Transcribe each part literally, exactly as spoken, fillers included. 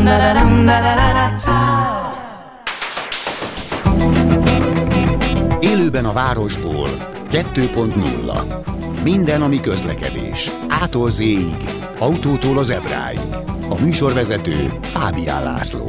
Élőben a városból kettő pont nulla. Minden, ami közlekedés. Ától zéig, autótól az ebráig. A műsorvezető Fábián László.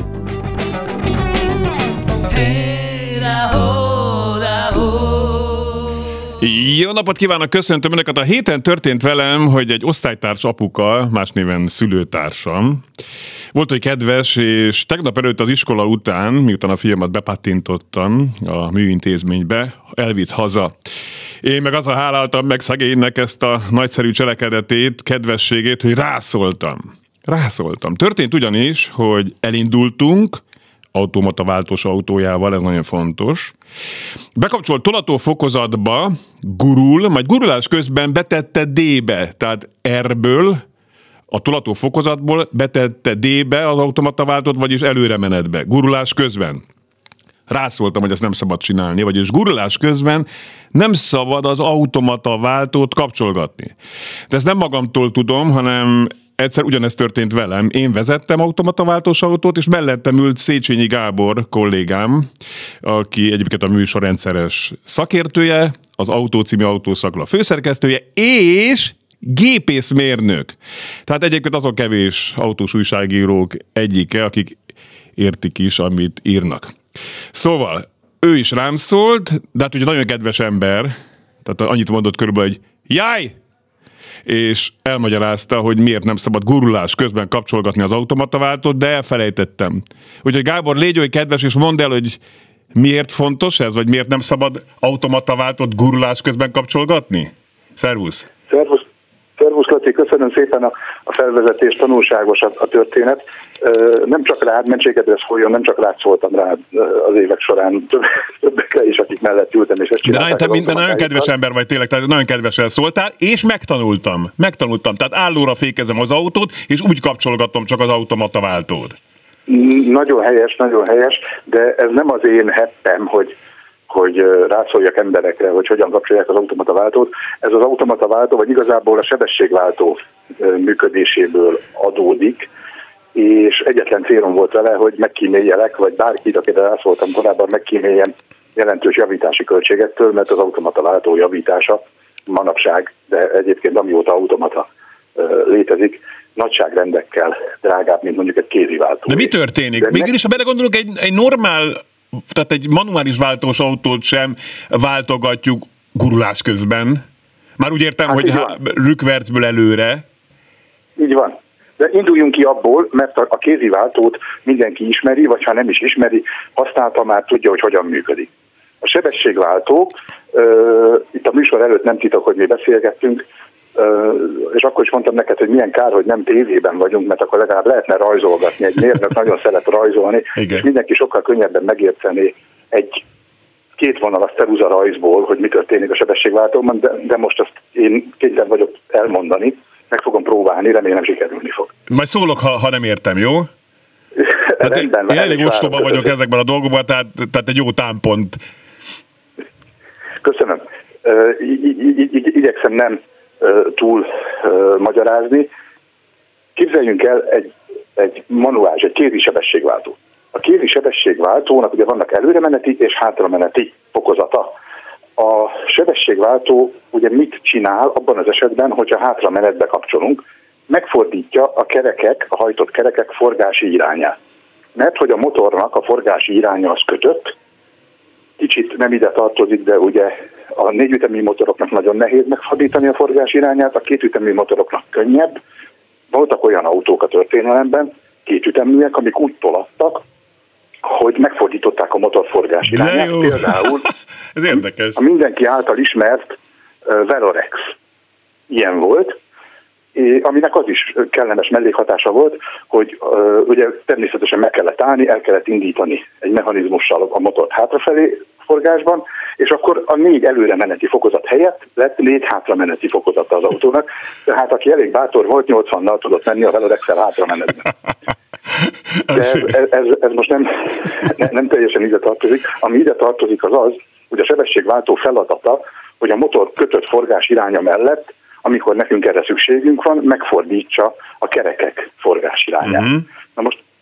Jó napot kívánok, köszöntöm Önöket! A héten történt velem, hogy egy osztálytárs apuka, más néven szülőtársam, volt, hogy kedves, és tegnap előtt az iskola után, miután a fiamat bepattintottam a műintézménybe, elvitt haza. Én meg azzal háláltam meg szegénynek ezt a nagyszerű cselekedetét, kedvességét, hogy rászóltam. Rászóltam. Történt ugyanis, hogy elindultunk, automata váltós autójával, ez nagyon fontos. Bekapcsolt tolatófokozatba, gurul, majd gurulás közben betette D-be, tehát R-ből, a tolatófokozatból betette D-be az automata váltót, vagyis előre menetbe, gurulás közben. Rászóltam, hogy ezt nem szabad csinálni, vagyis gurulás közben nem szabad az automata váltót kapcsolgatni. De ezt nem magamtól tudom, hanem egyszer ugyanezt történt velem. Én vezettem automataváltós autót, és mellettem ült Széchenyi Gábor kollégám, aki egyébként a műsor rendszeres szakértője, az Autó című autószakla főszerkesztője, és gépészmérnök. Tehát egyébként azon kevés autós újságírók egyike, akik értik is, amit írnak. Szóval ő is rám szólt, de hát ugye nagyon kedves ember, tehát annyit mondott körülbelül, hogy jaj! És elmagyarázta, hogy miért nem szabad gurulás közben kapcsolgatni az automataváltót, de elfelejtettem. Úgyhogy Gábor, légy olyan kedves, és mondd el, hogy miért fontos ez, vagy miért nem szabad automataváltót gurulás közben kapcsolgatni? Szervusz! Szervusz! Szervusz, Laci, köszönöm szépen a, a felvezetés, tanulságos a, a történet. Nem csak rád, mentségedre szóljon, nem csak rád szóltam rád az évek során, Több, többekre is, akik mellett ültem, és ezt csinálták. De te nagyon kedves ember vagy tényleg, tehát nagyon kedvesen szóltál, és megtanultam, megtanultam, tehát állóra fékezem az autót, és úgy kapcsolgatom csak az automataváltót. Nagyon helyes, nagyon helyes, de ez nem az én heppem, hogy hogy rászóljak emberekre, hogy hogyan kapcsolják az automataváltót. Ez az automataváltó, vagy igazából a sebességváltó működéséből adódik, és egyetlen célom volt vele, hogy megkíméljelek, vagy bárkit, akire rászóltam korábban, megkíméljen jelentős javítási költségektől, mert az automataváltó javítása manapság, de egyébként amióta automata létezik, nagyságrendekkel drágább, mint mondjuk egy kéziváltó. De mi történik? De Végül is, ha belegondolunk, egy, egy normál, tehát egy manuális váltós autót sem váltogatjuk gurulás közben. Már úgy értem, hát hogy há- rükvercből előre. Így van. De induljunk ki abból, mert a kéziváltót mindenki ismeri, vagy ha nem is ismeri, használta már, tudja, hogy hogyan működik. A sebességváltó, uh, itt a műsor előtt nem titok, hogy mi beszélgettünk, uh, és akkor is mondtam neked, hogy milyen kár, hogy nem tévében vagyunk, mert akkor legalább lehetne rajzolgatni. Egy mérnök nagyon szeret rajzolni, igen. És mindenki sokkal könnyebben megérteni egy két vonalas ceruza rajzból, hogy mi történik a sebességváltóban, de, de most azt én kénytelen vagyok elmondani, meg fogom próbálni, remélem sikerülni fog. Majd szólok, ha, ha nem értem, jó? Hát én, én elég ostoba vagyok ezekben a dolgokban, tehát, tehát egy jó támpont. Köszönöm. Uh, igy, igy, igy, igyekszem nem uh, túl uh, magyarázni. Képzeljünk el egy, egy manuális, egy kézi sebességváltót. A kézi sebességváltónak ugye vannak előremeneti és hátrameneti fokozata. A sebességváltó ugye mit csinál abban az esetben, hogyha hátramenetbe kapcsolunk, megfordítja a kerekek, a hajtott kerekek forgási irányát. Mert hogy a motornak a forgási iránya az kötött, kicsit nem ide tartozik, de ugye a négyütemű motoroknak nagyon nehéz megfordítani a forgási irányát, a kétütemű motoroknak könnyebb. Voltak olyan autók a történelemben, kétüteműek, amik úgy tolattak, hogy megfordították a motorforgás irányát. Például ez érdekes. A mindenki által ismert uh, Velorex ilyen volt, aminek az is kellemes mellékhatása volt, hogy uh, ugye természetesen meg kellett állni, el kellett indítani egy mechanizmussal a motort hátrafelé forgásban, és akkor a négy előremeneti fokozat helyett lett négy hátrameneti fokozata az autónak, tehát aki elég bátor volt, nyolcvannal tudott menni a Velorex-el hátramenetben. De ez, ez, ez, ez most nem, nem teljesen ide tartozik. Ami ide tartozik az az, hogy a sebességváltó feladata, hogy a motor kötött forgás iránya mellett, amikor nekünk erre szükségünk van, megfordítsa a kerekek forgás irányát. Uh-huh. Na most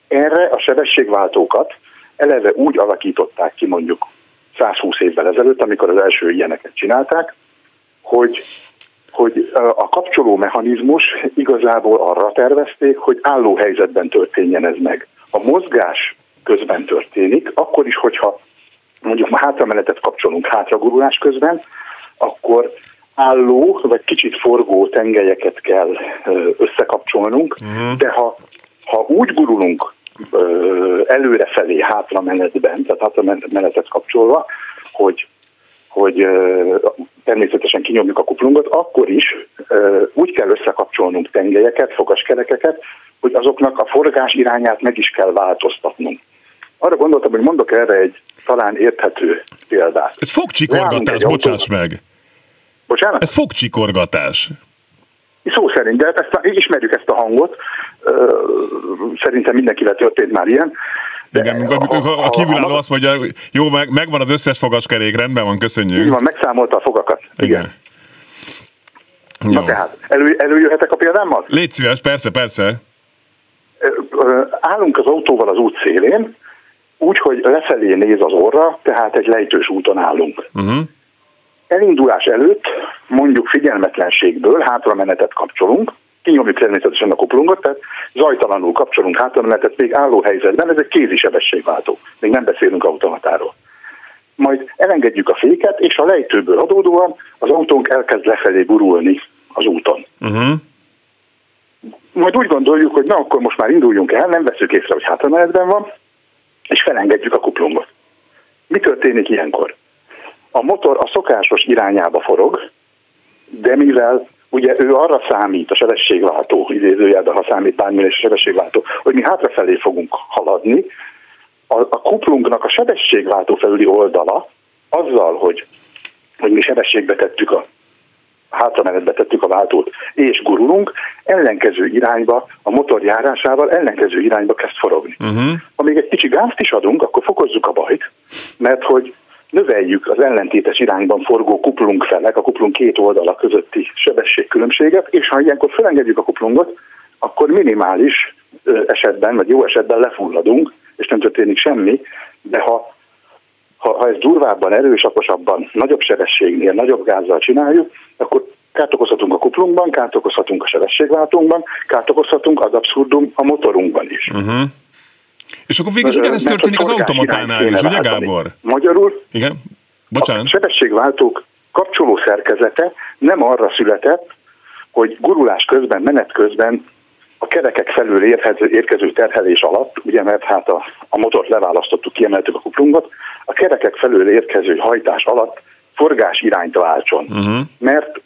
Erre a sebességváltókat eleve úgy alakították ki mondjuk százhúsz évvel ezelőtt, amikor az első ilyeneket csinálták, hogy, hogy a kapcsoló mechanizmus igazából arra tervezték, hogy álló helyzetben történjen ez meg. A mozgás közben történik, akkor is, hogyha mondjuk ma hátramenetet kapcsolunk hátragurulás közben, akkor álló vagy kicsit forgó tengelyeket kell összekapcsolnunk, uh-huh. de ha, ha úgy gurulunk előrefelé hátramenetben, tehát hátramenetet kapcsolva, hogy, hogy természetesen kinyomjuk a kuplungot, akkor is úgy kell összekapcsolnunk tengelyeket, fogaskerekeket, hogy azoknak a forgás irányát meg is kell változtatnunk. Arra gondoltam, hogy mondok erre egy talán érthető példát. Ez fogcsikorgatás, bocsáss meg! Bocsánat? Ez fogcsikorgatás. Szó szerint, de ezt, ismerjük ezt a hangot. Szerintem mindenkivel történt már ilyen. Igen, a, a, a kívülálló azt mondja, jó, meg, megvan az összes fogaskerék, rendben van, köszönjük. Így van, megszámolta a fogakat. Igen. Igen. Na tehát, elő, előjöhetek a példámmal? Légy szíves, persze, persze. Állunk az autóval az út szélén, úgy, hogy lefelé néz az orra, tehát egy lejtős úton állunk. Uh-huh. Elindulás előtt mondjuk figyelmetlenségből hátramenetet kapcsolunk, kinyomjuk természetesen a kuplungot, tehát zajtalanul kapcsolunk hátramenetet még álló helyzetben, ez egy kézi sebességváltó, még nem beszélünk automatáról. Majd elengedjük a féket, és a lejtőből adódóan az autónk elkezd lefelé gurulni az úton. Uh-huh. Majd úgy gondoljuk, hogy na akkor most már induljunk el, nem veszük észre, hogy hátramenetben van, és felengedjük a kuplungot. Mi történik ilyenkor? A motor a szokásos irányába forog, de mivel ugye ő arra számít, a sebességváltó, idézőjelben, ha számít bármilyen sebességváltó, hogy mi hátrafelé fogunk haladni, a, a kuplunknak a sebességváltó felüli oldala azzal, hogy, hogy mi sebességbe tettük a hátramenetbe tettük a váltót, és gurulunk, ellenkező irányba, a motor járásával ellenkező irányba kezd forogni. Uh-huh. Ha még egy kicsi gázt is adunk, akkor fokozzuk a bajt, mert hogy növeljük az ellentétes irányban forgó kuplung felek, a kuplung két oldala közötti sebességkülönbséget, és ha ilyenkor felengedjük a kuplungot, akkor minimális esetben, vagy jó esetben lefulladunk, és nem történik semmi, de ha, ha, ha ezt durvábban, erősabban, nagyobb sebességnél, nagyobb gázzal csináljuk, akkor kárt okozhatunk a kuplungban, kárt okozhatunk a sebességváltónkban, kárt okozhatunk az abszurdum a motorunkban is. Uh-huh. És akkor végül is ugyanezt történik az automatánál is, ugye Gábor? Magyarul igen? Bocsánat. A sebességváltók kapcsoló szerkezete nem arra született, hogy gurulás közben, menet közben a kerekek felől érkező terhelés alatt, ugye mert hát a, a motort leválasztottuk, kiemeltük a kuplungot, a kerekek felől érkező hajtás alatt forgás irányt váltson. Uh-huh. Mert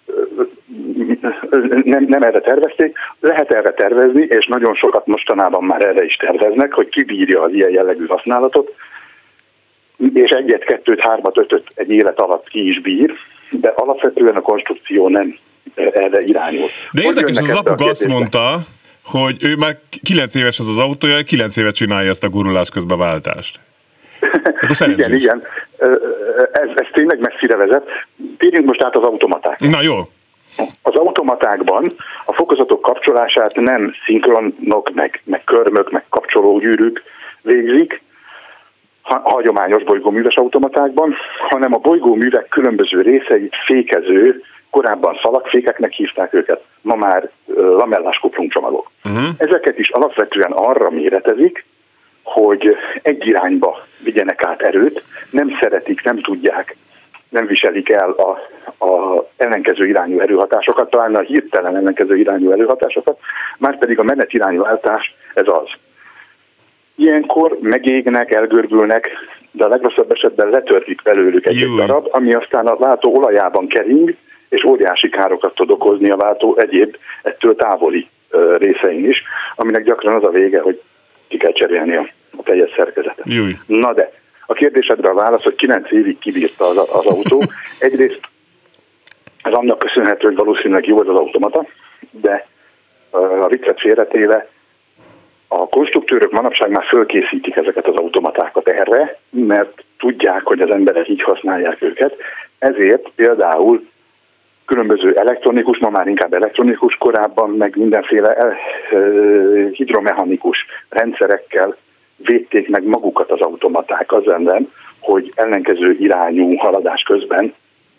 nem, nem erre tervezték, lehet erre tervezni, és nagyon sokat mostanában már erre is terveznek, hogy kibírja az ilyen jellegű használatot, és egyet, kettőt, hármat, ötöt egy élet alatt ki is bír, de alapvetően a konstrukció nem erre irányul. De érdekes, az apuka azt mondta, hogy ő már kilenc éves az az autója, kilenc évet csinálja ezt a gurulás közben váltást. Igen, igen. Ez, ez tényleg messzire vezet. Térjünk most át az automatákra. Na jó. Az automatákban a fokozatok kapcsolását nem szinkronok, meg, meg körmök, meg kapcsológyűrűk végzik, ha, hagyományos bolygóműves automatákban, hanem a bolygóművek különböző részeit fékező, korábban szalagfékeknek hívták őket, ma már lamellás kuplungcsomagok. Uh-huh. Ezeket is alapvetően arra méretezik, hogy egy irányba vigyenek át erőt, nem szeretik, nem tudják, nem viselik el a, a ellenkező irányú erőhatásokat, talán a hirtelen ellenkező irányú erőhatásokat, már pedig a menet irányváltás ez az. Ilyenkor megégnek, elgörbülnek, de a legrosszabb esetben letörlik belőlük egy darab, ami aztán a váltó olajában kering, és óriási károkat tud okozni a váltó egyéb ettől távoli uh, részein is, aminek gyakran az a vége, hogy ki kell cserélni a, a teljes szerkezetet. Júj. Na de, a kérdésedre a válasz, hogy kilenc évig kibírta az, az autó. Egyrészt ez annak köszönhető, hogy valószínűleg jó az az automata, de uh, a viccet félretéve a konstruktőrök manapság már fölkészítik ezeket az automatákat erre, mert tudják, hogy az emberek így használják őket, ezért például különböző elektronikus, ma már inkább elektronikus, korábban meg mindenféle el, hidromechanikus rendszerekkel védték meg magukat az automaták az ellen, hogy ellenkező irányú haladás közben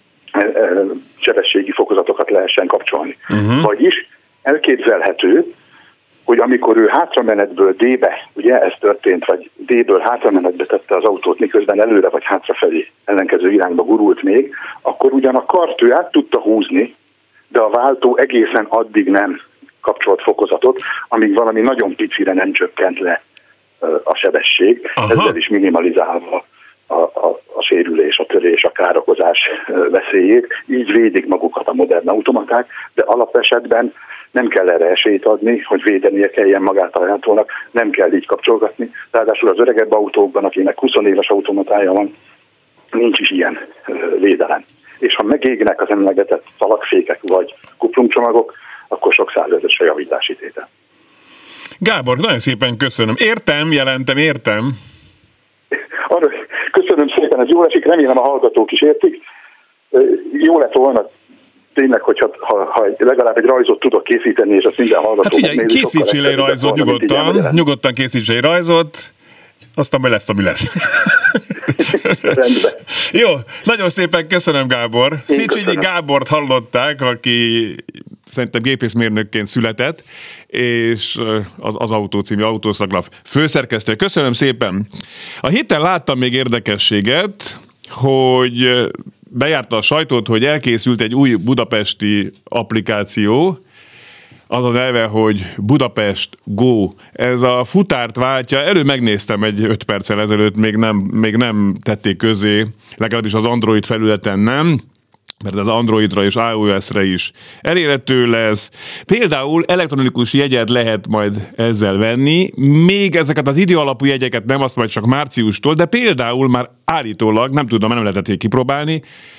sebességi fokozatokat lehessen kapcsolni. Uh-huh. Vagyis elképzelhető, hogy amikor ő hátramenetből D-be, ugye ez történt, vagy D-ből hátramenetbe tette az autót, miközben előre vagy hátrafelé ellenkező irányba gurult még, akkor ugyan a kart ő át tudta húzni, de a váltó egészen addig nem kapcsolt fokozatot, amíg valami nagyon picire nem csökkent le a sebesség, aha, ezzel is minimalizálva a, a, a sérülés, a törés, a károkozás veszélyét. Így védik magukat a modern automaták, de alapesetben nem kell erre esélyt adni, hogy védenie kelljen magát a hajtónak, nem kell így kapcsolgatni. Ráadásul az öregebb autókban, akinek húsz éves automatája van, nincs is ilyen védelem. És ha megégnek az emlegetett szalagfékek vagy kuplungcsomagok, akkor sok százezeres a javítási tétel. Gábor, nagyon szépen köszönöm. Értem, jelentem, értem. Arra, köszönöm szépen, ez jól esik, remélem a hallgatók is értik. Jó lett volna tényleg, hogyha ha, ha legalább egy rajzot tudok készíteni, és azt minden hallgatók... Hát figyelj, készítsél egy rajzot nyugodtan, nyugodtan készítsél egy rajzot, aztán majd lesz, ami lesz. Rendben. Jó, nagyon szépen köszönöm, Gábor. Széchenyi Gábort hallották, aki szerintem gépészmérnökként született, és az, az Autó című autószaklap főszerkesztő. Köszönöm szépen. A héten láttam még érdekességet, hogy bejárta a sajtót, hogy elkészült egy új budapesti applikáció, az a neve, hogy Budapest Go. Ez a futárt váltja, elő megnéztem egy öt perccel ezelőtt, még nem, még nem tették közé, legalábbis az Android felületen nem, mert az Androidra és iOS-re is elérhető lesz. Például elektronikus jegyet lehet majd ezzel venni, még ezeket az időalapú jegyeket nem, azt majd csak márciustól, de például már állítólag, nem tudom, nem lehetett kipróbálni,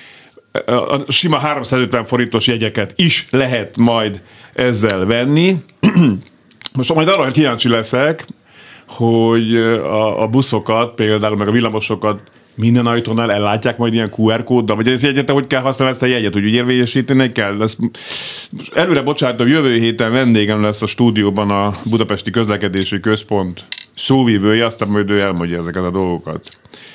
a sima háromszázötven forintos jegyeket is lehet majd ezzel venni. Most majd arra kíváncsi leszek, hogy a, a buszokat, például meg a villamosokat minden ajtónál ellátják majd ilyen kú er kóddal, vagy ez jegyet, hogy kell használni ezt a jegyet, hogy úgy érvényesíteni kell. Ezt előre bocsánatom, jövő héten vendégem lesz a stúdióban a Budapesti Közlekedési Központ szóvívője, aztán majd ő elmondja ezeket a dolgokat.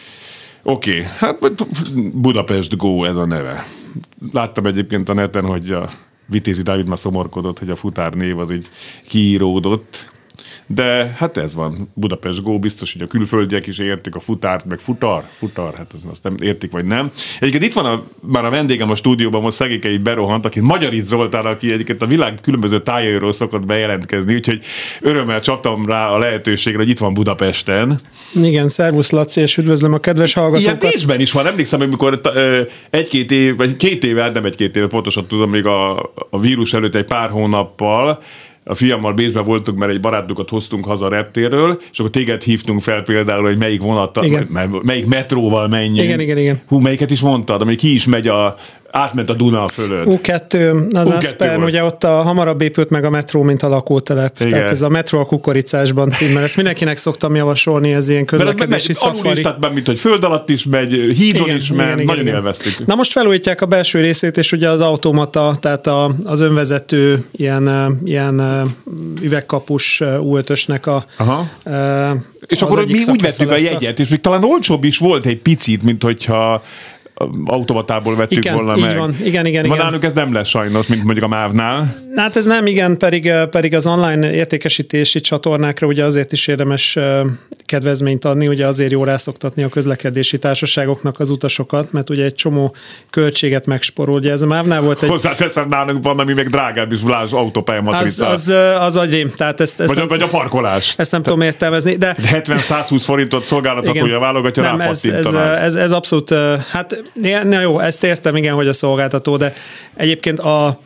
Oké, okay, hát Budapest Go ez a neve. Láttam egyébként a neten, hogy a Vitézi Dávid már szomorkodott, hogy a futár név az így kiíródott. De hát ez van, Budapest Go, biztos, hogy a külföldiek is értik a futárt, meg futar, futar, hát az, azt nem értik, vagy nem. Egyébként itt van a, már a vendégem a stúdióban, most Szegékei berohant, aki Magyarics Zoltán, aki egyébként a világ különböző tájairól szokott bejelentkezni, úgyhogy örömmel csaptam rá a lehetőségre, hogy itt van Budapesten. Igen, szervusz Laci, és üdvözlöm a kedves hallgatókat. Ilyen Bécsben is van, emlékszem, amikor egy-két év, vagy két éve, nem egy-két éve, pontosan tudom, még a, a vírus előtt egy pár hónappal, a fiammal Bécsben voltunk, mert egy barátunkat hoztunk haza a reptérről, és akkor téged hívtunk fel például, hogy melyik vonattal, melyik metróval menjünk. Igen, igen, igen. Hú, melyiket is mondtad, ami ki is megy a átment a Duna fölött. U kettő, az Aszpern, ugye ott a hamarabb épült meg a metró, mint a lakótelep. Igen. Tehát ez a metró a kukoricásban címmel. Ezt mindenkinek szoktam javasolni, ez ilyen közlekedési szafari. Tehát mint hogy föld alatt is megy, hídon igen, is megy, nagyon igen. Élveztük. Na most felújítják a belső részét, és ugye az automata, tehát a, az önvezető ilyen, ilyen üvegkapus U ötösnek a... Aha. E, és akkor mi úgy vettük a jegyet, és még talán olcsóbb is volt egy picit, mint hogyha automatából vettük igen, volna így meg. Van. Igen, igen, Ma igen. nálunk ez nem lesz sajnos, mint mondjuk a MÁV-nál. Hát ez nem, igen, pedig, pedig az online értékesítési csatornákra ugye azért is érdemes kedvezményt adni, ugye azért jó rászoktatni a közlekedési társaságoknak az utasokat, mert ugye egy csomó költséget megsporol. Ugye ez a MÁV-nál volt egy... Hozzáteszem, nálunk van, ami meg drágább is, vlás autópályamatrica. Az, az, az agyrém, tehát ezt... ezt vagy, nem, vagy a parkolás. Ezt nem Te, tudom értelmezni, de... hetven-százhúsz forintot szolgáltathatója válogatja, nem, ez, ez, ez, ez abszolút, hát na jó, ezt értem, igen, hogy a szolgáltató, de egyébként a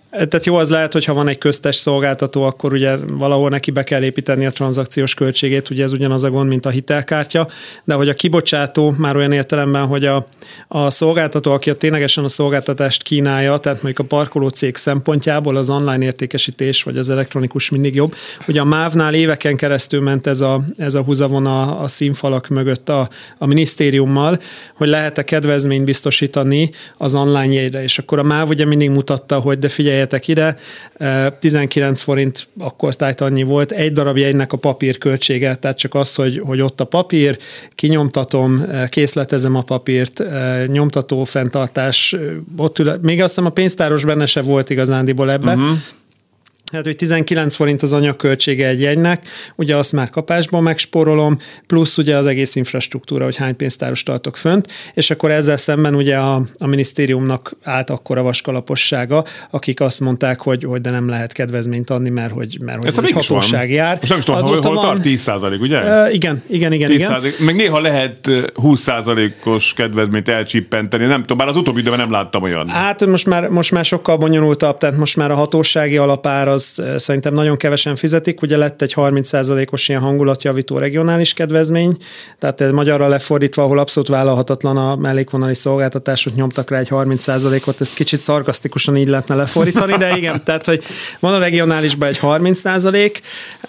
Tehát jó, az lehet, hogy ha van egy köztes szolgáltató, akkor ugye valahol neki be kell építeni a tranzakciós költségét, ugye ez ugyanaz a gond, mint a hitelkártya, de hogy a kibocsátó már olyan értelemben, hogy a, a szolgáltató, aki a ténylegesen a szolgáltatást kínálja, tehát mondjuk a parkoló cég szempontjából az online értékesítés, vagy az elektronikus mindig jobb. Ugye a mávnál éveken keresztül ment ez a, ez a húzavona a színfalak mögött a, a minisztériummal, hogy lehet-e kedvezményt biztosítani az online jegyre, és akkor a MÁV ugye mindig mutatta, hogy de figyeljetek ide, tizenkilenc forint akkor tájt annyi volt, egy darab jegynek a papírköltsége, tehát csak az, hogy, hogy ott a papír, kinyomtatom, készletezem a papírt, nyomtató, fenntartás, ott ül, még azt hiszem a pénztáros benne se volt igazándiból ebben, uh-huh. Hát, hogy tizenkilenc forint az anyagköltsége egy jegynek, ugye azt már kapásból megspórolom, plusz ugye az egész infrastruktúra, hogy hány pénztáros tartok fönt, és akkor ezzel szemben ugye a, a minisztériumnak állt akkora vaskalapossága, akik azt mondták, hogy, hogy de nem lehet kedvezményt adni, mert hogy, mert, hogy ez, ez egy hatóság jár. Most nem is tudom, hol, hol van, tart tíz százalék, ugye? Uh, igen, igen, igen. tíz százalék. igen. Meg néha lehet húsz százalékos kedvezményt elcsippenteni, nem tudom, bár az utóbbi időben nem láttam olyan. Hát most már, most már sokkal bonyolultabb, tehát most már a hatósági alapár az szerintem nagyon kevesen fizetik, ugye lett egy harminc százalékos ilyen hangulatjavító regionális kedvezmény, tehát magyarra lefordítva, ahol abszolút vállalhatatlan a mellékvonali szolgáltatás, hogy nyomtak rá egy harminc százalékot, ezt kicsit szarkasztikusan így lehetne lefordítani, de igen, tehát hogy van a regionálisban egy harminc százalék,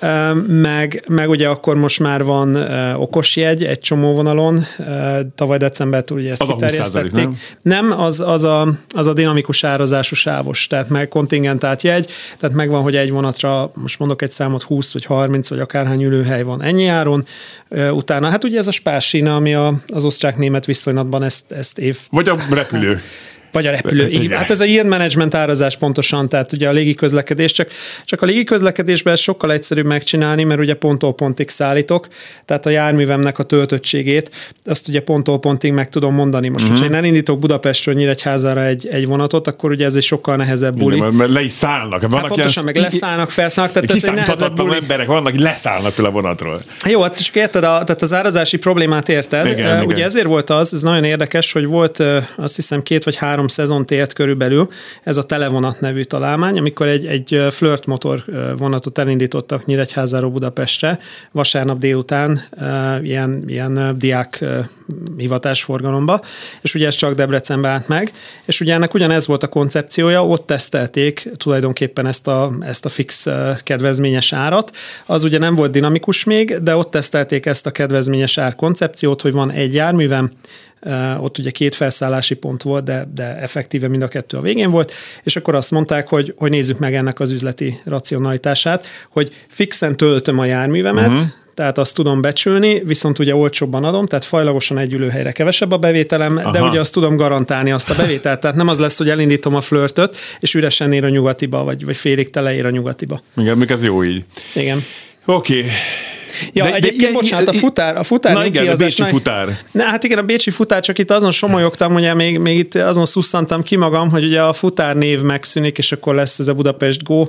meg, meg ugye akkor most már van okosjegy egy csomó vonalon, tavaly decembertől ugye ezt az kiterjesztették. Nem, nem az, az, a, az a dinamikus árazású sávos, tehát meg kontingentált jegy, tehát megvan, hogy egy vonatra, most mondok egy számot, húsz vagy harminc, vagy akárhány ülőhely van ennyi áron. Utána, hát ugye ez a spársína, ami a, az osztrák-német viszonylatban ezt, ezt év... Vagy a repülő. Vagy a repülő. Igen. Hát ez a yield management árazás pontosan, tehát ugye a légiközlekedés, csak, csak a légiközlekedésben ez sokkal egyszerűbb megcsinálni, mert ugye ponttól pontig szállítok, tehát a járművemnek a töltöttségét, azt ugye ponttól pontig meg tudom mondani. Most, uh-huh. hogyha én elindítok Budapestről Nyíregyházára egy, egy vonatot, akkor ugye ez egy sokkal nehezebb buli. Igen, mert le is szállnak. Hát pontosan, meg leszállnak, felszállnak, tehát ez egy nehezebb buli. Emberek vannak, hogy leszállnak a vonatról. Jó, hát csak érted, a, tehát az árazási problémát érted. Igen, ugye igen. ezért volt az, ez nagyon érdekes, hogy volt azt hiszem két vagy három szezont ért körülbelül ez a televonat nevű találmány, amikor egy, egy flirt motor vonatot elindítottak Nyíregyházáról Budapestre vasárnap délután ilyen, ilyen diák hivatásforgalomba, és ugye ez csak Debrecenbe állt meg, és ugye ennek ugyanez volt a koncepciója, ott tesztelték tulajdonképpen ezt a, ezt a fix kedvezményes árat, az ugye nem volt dinamikus még, de ott tesztelték ezt a kedvezményes ár koncepciót, hogy van egy járművem, Uh, ott ugye két felszállási pont volt, de, de effektíve mind a kettő a végén volt, és akkor azt mondták, hogy, hogy nézzük meg ennek az üzleti racionalitását, hogy fixen töltöm a járművemet, uh-huh. tehát azt tudom becsülni, viszont ugye olcsóbban adom, tehát fajlagosan egy ülőhelyre kevesebb a bevételem, Aha. de ugye azt tudom garantálni azt a bevételt, tehát nem az lesz, hogy elindítom a flirtöt, és üresen ér a nyugatiba, vagy, vagy félig tele ér a nyugatiba. Igen, még ez jó így. Igen. Oké. Okay. Ja, de, egyébként, de, bocsánat, a futár, a futár... Na igen, a bécsi futár. Na, hát igen, a bécsi futár, csak itt azon somolyogtam, ugye még, még itt azon szusszantam ki magam, hogy ugye a futár név megszűnik, és akkor lesz ez a Budapest Go.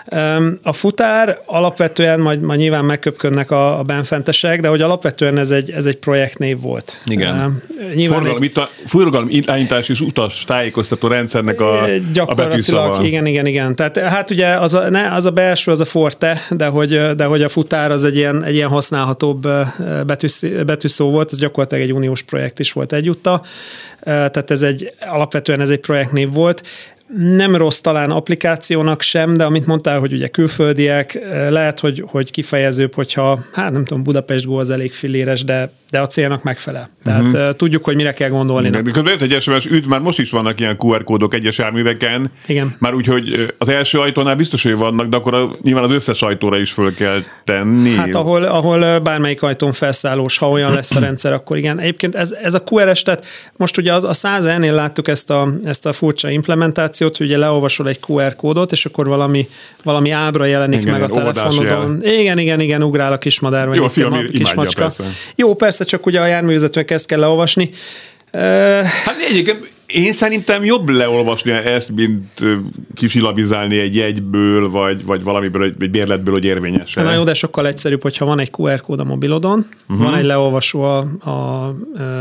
A futár alapvetően, majd, majd nyilván megköpködnek a, a benfentesek, de hogy alapvetően ez egy, ez egy projektnév volt. Igen. Forgalmi, egy... forgalmi irányítás és utas tájékoztató rendszernek a, a betűszava. Igen, igen, igen. Tehát hát ugye az a, ne, az a belső, az a forte, de hogy, de hogy a futár az egy ilyen, egy ilyen használhatóbb betűsz, betűszó volt, ez gyakorlatilag egy uniós projekt is volt egyúttal, tehát ez egy, alapvetően ez egy projektnév volt. Nem rossz talán applikációnak sem, de amit mondtál, hogy ugye külföldiek, lehet, hogy, hogy kifejezőbb, hogyha, hát nem tudom, Budapest Go az elég filléres, de, de a célnak megfelel. Tehát uh-huh. tudjuk, hogy mire kell gondolni. Mikor bejött egy es em es üt, már most is vannak ilyen kú er kódok egyes járműveken. Igen. Már úgyhogy az első ajtónál biztos, hogy vannak, de akkor a, nyilván az összes ajtóra is föl kell tenni. Hát ahol, ahol bármelyik ajtón felszállós, ha olyan lesz a rendszer, akkor igen. Egyébként ez, ez a kú er es, tehát most ugye az, a száz E-nél láttuk ezt a, ezt a furcsa implementációt, hogy ugye leolvasol egy kú er kódot, és akkor valami, valami ábra jelenik igen, meg a telefonodon. Igen, igen, igen, ugrál a kismadár, vagy jó, a fiam a kismacska. Persze. Jó, persze, csak ugye a járművezetőnek ezt kell leolvasni. Hát egyébként én szerintem jobb leolvasni ezt, mint kisilabizálni egy jegyből, vagy, vagy valamiből, egy bérletből, hogy érvényes. Na jó, de sokkal egyszerűbb, hogyha van egy kú er kód a mobilodon, uh-huh. van egy leolvasó a, a,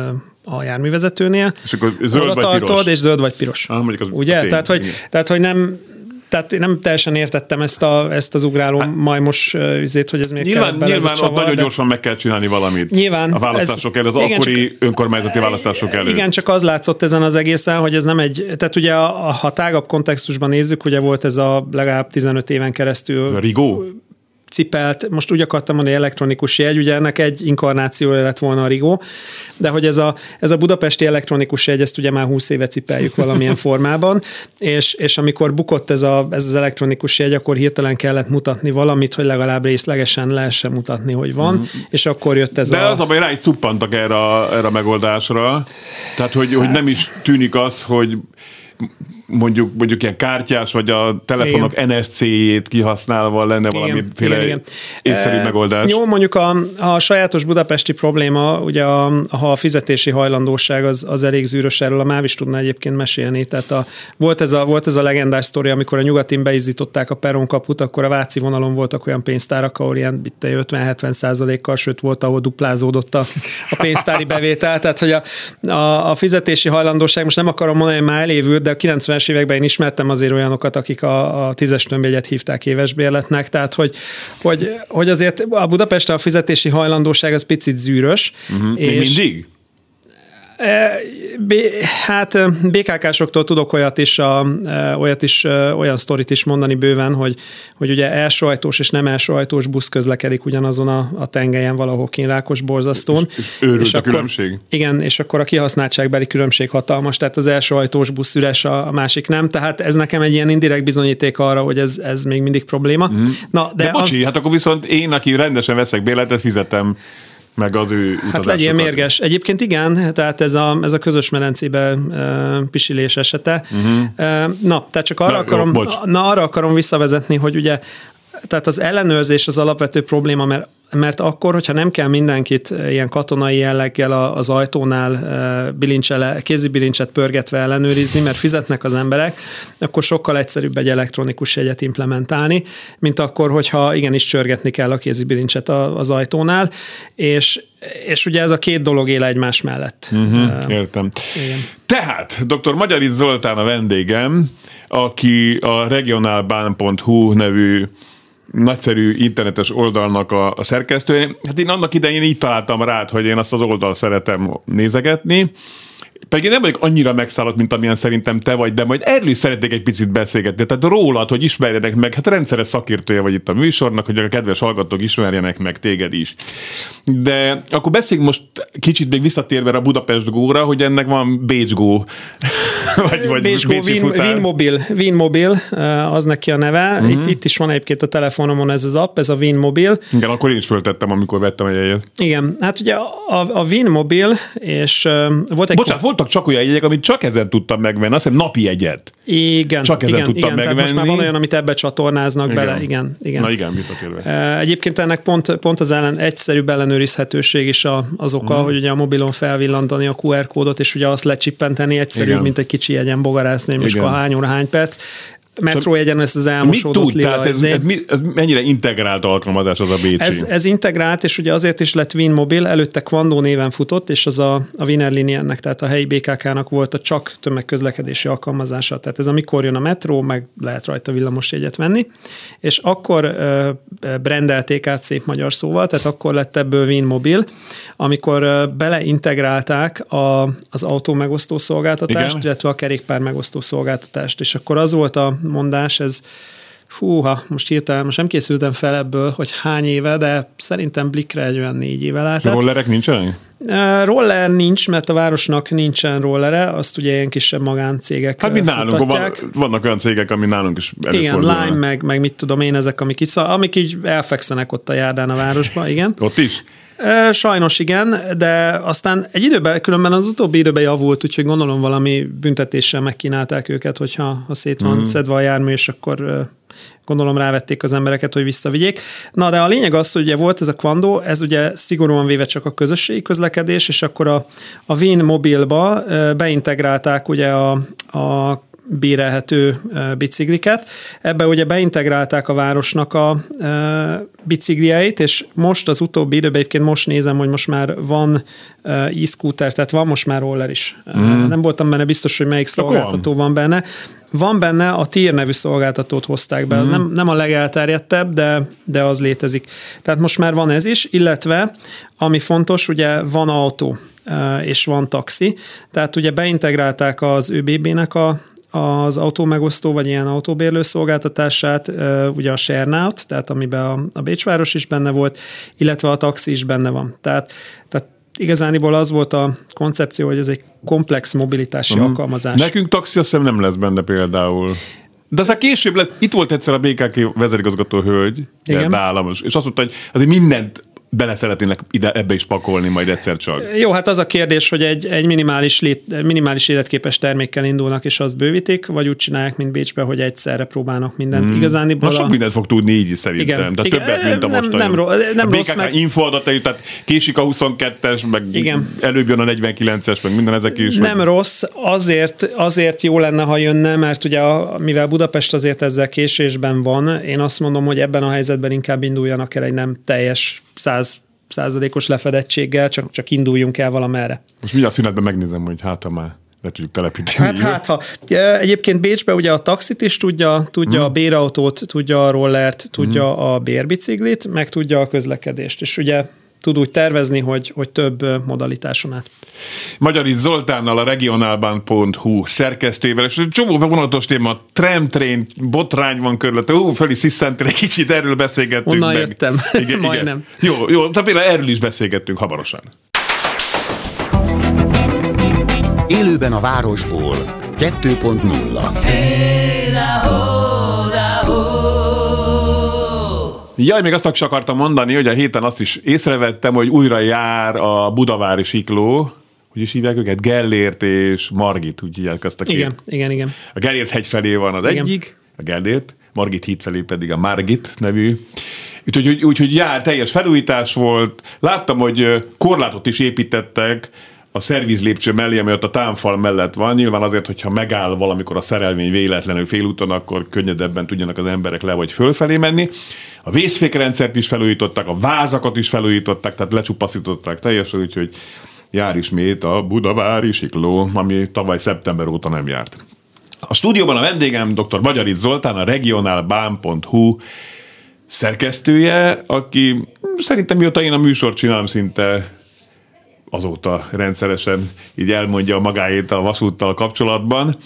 a járművezetőnél, és akkor zöld vagy tartod, piros. És zöld vagy piros. Ah, az, ugye? Az tehát, hogy, tehát, hogy nem... Tehát én nem teljesen értettem ezt, a, ezt az ugráló hát, majmos üzét, hogy ez miért nyilván, kellett bele nyilván ez a csavar, ott nagyon de... gyorsan meg kell csinálni valamit. Nyilván. A választások ez, előtt, az igen, akkori csak, önkormányzati választások előtt. Igen, csak az látszott ezen az egészen, hogy ez nem egy, tehát ugye a, a, ha tágabb kontextusban nézzük, ugye volt ez a legalább tizenöt éven keresztül... A rigó? Cipelt, most úgy akartam mondani, elektronikus jegy, ugye ennek egy inkarnációja lett volna a rigó, de hogy ez a, ez a budapesti elektronikus jegy, ezt ugye már húsz éve cipeljük valamilyen formában, és, és amikor bukott ez, a, ez az elektronikus jegy, akkor hirtelen kellett mutatni valamit, hogy legalább részlegesen lehessen mutatni, hogy van, mm. és akkor jött ez de a... De az a baj, rá is cuppantak erre a, erre a megoldásra, tehát hogy, hát... hogy nem is tűnik az, hogy mondjuk, mondjuk ilyen kártyás, vagy a telefonok igen. en ef cé-jét kihasználva lenne valamiféle észszerű e, megoldás. Jó, mondjuk a, a sajátos budapesti probléma, ugye a, ha a fizetési hajlandóság az, az elég zűrös, erről a MÁV is tudna egyébként mesélni. Tehát a, volt, ez a, volt ez a legendás sztori, amikor a nyugatin beizzították a peronkaput, akkor a váci vonalon voltak olyan pénztárak, ahol ilyen ötven-hetven százalékkal, sőt volt, ahol duplázódott a, a pénztári bevétel. Tehát, hogy a, a, a fizetési hajlandóság, most nem akarom mondani, hogy már elévült, de a kilencvenes években én ismertem azért olyanokat, akik a, a tízes tömbjegyet hívták éves bérletnek, tehát hogy, hogy, hogy azért a Budapesten a fizetési hajlandóság az picit zűrös. Uh-huh. És mindig? B, hát bé ká ká-soktól tudok olyat is, a, olyat is, olyan sztorit is mondani bőven, hogy, hogy ugye elsőajtós és nem elsőajtós busz közlekedik ugyanazon a, a tengelyen valahol kint Rákosborzasztón. És, és őrült és a akkor, különbség? Igen, és akkor a kihasználtságbeli különbség hatalmas, tehát az elsőajtós busz üres, a, a másik nem, tehát ez nekem egy ilyen indirekt bizonyíték arra, hogy ez, ez még mindig probléma. Mm. Na, de de bocsi, a... hát akkor viszont én, aki rendesen veszek bérletet, fizetem meg az ő utazásokat. Hát legyél mérges. Egyébként igen, tehát ez a, ez a közös medencébe uh, pisilés esete. Uh-huh. Uh, na, tehát csak arra, na, akarom, jó, na, arra akarom visszavezetni, hogy ugye tehát az ellenőrzés az alapvető probléma, mert mert akkor, hogyha nem kell mindenkit ilyen katonai jelleggel az ajtónál bilincsele, kézi bilincset pörgetve ellenőrizni, mert fizetnek az emberek, akkor sokkal egyszerűbb egy elektronikus jegyet implementálni, mint akkor, hogyha igenis csörgetni kell a kézi bilincset az ajtónál, és, és ugye ez a két dolog él egymás mellett. Uh-huh, értem. Igen. Tehát doktor Magyarics Zoltán a vendégem, aki a regionalbahn pont hu nevű nagyszerű internetes oldalnak a, a szerkesztője. Hát én annak idején így találtam rád, hogy én azt az oldalt szeretem nézegetni, pedig én nem vagyok annyira megszállott, mint amilyen szerintem te vagy, de majd erről is szeretnék egy picit beszélgetni. Tehát rólad, hogy ismerjenek meg, hát rendszeres szakértője vagy itt a műsornak, hogy a kedves hallgatók ismerjenek meg téged is. De akkor beszéljünk most kicsit még visszatérve a Budapest Go-ra, hogy ennek van Bécs Go. vagy, vagy Bécs Go, Vinmobil, Vinmobil, az neki a neve. Uh-huh. Itt, itt is van egyébként a telefonomon ez az app, ez a Vinmobil. Igen, akkor én is föltettem, amikor vettem egy jegyet. Igen, hát ugye a, a Vinmobil, és volt egy... Bocsánat, voltak csak olyan jegyek, amit csak ezen tudtam megvenni, azt hiszem napi jegyet. Igen, csak ezen igen, tudtam igen, megvenni. Tehát most már van olyan, amit ebbe csatornáznak igen. bele. Igen, igen. Na igen, visszatérve. Egyébként ennek pont, pont az ellen egyszerűbb ellenőrizhetőség is a, az oka, uh-huh. hogy ugye a mobilon felvillantani a kú er kódot, és ugye azt lecsippenteni egyszerűbb, igen. mint egy kicsi jegyen bogarászni, hogy most hány óra, hány perc. Metrójegyen ez az elmosódott lila. Tehát ez, ez, ez mennyire integrált alkalmazás az a bécsi? Ez, ez integrált, és ugye azért is lett Vinmobil, előtte Quando néven futott, és az a, a Wiener Linien-nek, tehát a helyi bé ká ká-nak volt a csak tömegközlekedési alkalmazása. Tehát ez amikor jön a metró, meg lehet rajta villamosjegyet venni, és akkor uh, brandelték át szép magyar szóval, tehát akkor lett ebből Vinmobil, amikor uh, beleintegrálták a, az autó megosztó szolgáltatást, igen. illetve a kerékpár megosztó szolgáltatást, és akkor az volt a mondás, ez húha, most hirtelen, most nem készültem fel ebből, hogy hány éve, de szerintem Blickre egy olyan négy éve lehetett. Rollerek nincsenek? Roller nincs, mert a városnak nincsen rollere, azt ugye ilyen kisebb magáncégek hát mi nálunk, van, vannak olyan cégek, ami nálunk is előfordulnak. Igen, Lime, meg, meg mit tudom én, ezek, amik, iszal, amik így elfekszenek ott a járdán a városban, igen. Ott is? Sajnos igen, de aztán egy időben, különben az utóbbi időben javult, úgyhogy gondolom valami büntetéssel megkínálták őket, hogyha ha szét van mm. szedve a jármű, és akkor gondolom rávették az embereket, hogy visszavigyék. Na, de a lényeg az, hogy ugye volt ez a Quando, ez ugye szigorúan véve csak a közösségi közlekedés, és akkor a, a Vinmobilba beintegrálták ugye a, a bérelhető bicikliket. Ebbe ugye beintegrálták a városnak a biciklieit, és most az utóbbi időben, egyébként most nézem, hogy most már van e-scooter, tehát van most már roller is. Mm. Nem voltam benne biztos, hogy melyik szolgáltató van benne. Van benne, a Tier nevű szolgáltatót hozták be, mm. az nem, nem a legelterjedtebb, de, de az létezik. Tehát most már van ez is, illetve ami fontos, ugye van autó és van taxi, tehát ugye beintegrálták az ÖBB-nek a az autómegosztó, vagy ilyen autóbérlő szolgáltatását, ugye a ShareNow-t, tehát amiben a, a Bécsváros is benne volt, illetve a taxi is benne van. Tehát, tehát igazániból az volt a koncepció, hogy ez egy komplex mobilitási uh-huh. alkalmazás. Nekünk taxi azt hiszem nem lesz benne például. De aztán később lesz, itt volt egyszer a bé ká ká vezérigazgató hölgy, államos, és azt mondta, hogy azért mindent bele szeretnének ide, ebbe is pakolni majd egyszer csak. Jó, hát az a kérdés, hogy egy, egy minimális, lét, minimális életképes termékkel indulnak, és azt bővítik, vagy úgy csinálják, mint Bécsben, hogy egyszerre próbálnak mindent. Hmm. Igazániból Na, sok a... mindent fog tudni így is szerintem. Igen, de igen, többet, mint a nem, mostani. Nem, nem, nem a rossz, bé ká ká meg... infoadatai, tehát késik a huszonkettes, meg igen. előbb jön a negyvenkilences, meg minden ezek is. Nem meg... rossz, azért, azért jó lenne, ha jönne, mert ugye a, mivel Budapest azért ezzel késésben van, én azt mondom, hogy ebben a helyzetben inkább induljanak el egy nem teljes száz százalékos lefedettséggel, csak, csak induljunk el valamerre. Most mindjárt szünetben megnézem, hogy hát ha már le tudjuk telepíteni. Hát, hát ha. Egyébként Bécsben ugye a taxit is tudja, tudja mm. a bérautót, tudja a rollert, tudja mm. a bérbiciklit, meg tudja a közlekedést. És ugye tud úgy tervezni, hogy, hogy több modalitáson át. Magyarics Zoltánnal, a regionalban pont hu szerkesztőjével, és csomó vonatos téma, tramtrain, botrány van körülötte, ó, föl is sziszentél egy kicsit, erről beszélgettünk. Onnan meg. jöttem, igen, majdnem. Igen. Jó, jó, tehát például erről is beszélgettünk hamarosan. Élőben a városból kettő pont nulla. Jaj, még azt is akartam mondani, hogy a héten azt is észrevettem, hogy újra jár a budavári sikló, hogy is hívják őket? Gellért és Margit, úgy hívják azt a két. Igen, igen, igen. A Gellért hegy felé van az igen. egyik, a Gellért, Margit híd felé pedig a Margit nevű. Úgyhogy úgy, úgy, úgy jár, teljes felújítás volt. Láttam, hogy korlátot is építettek a szervizlépcső mellé, ami ott a támfal mellett van. Nyilván azért, hogyha megáll valamikor a szerelvény véletlenül félúton, akkor könnyedebben tudjanak az emberek le vagy fölfelé menni. A vészfékrendszert is felújították, a vázakat is felújították, tehát lecsupaszították teljesen, úgyhogy jár ismét a budavári sikló, ami tavaly szeptember óta nem járt. A stúdióban a vendégem dr. Magyarics Zoltán, a regionalban pont hu szerkesztője, aki szerintem mióta én a műsort csinálom, szinte azóta rendszeresen így elmondja magáét a vasúttal kapcsolatban.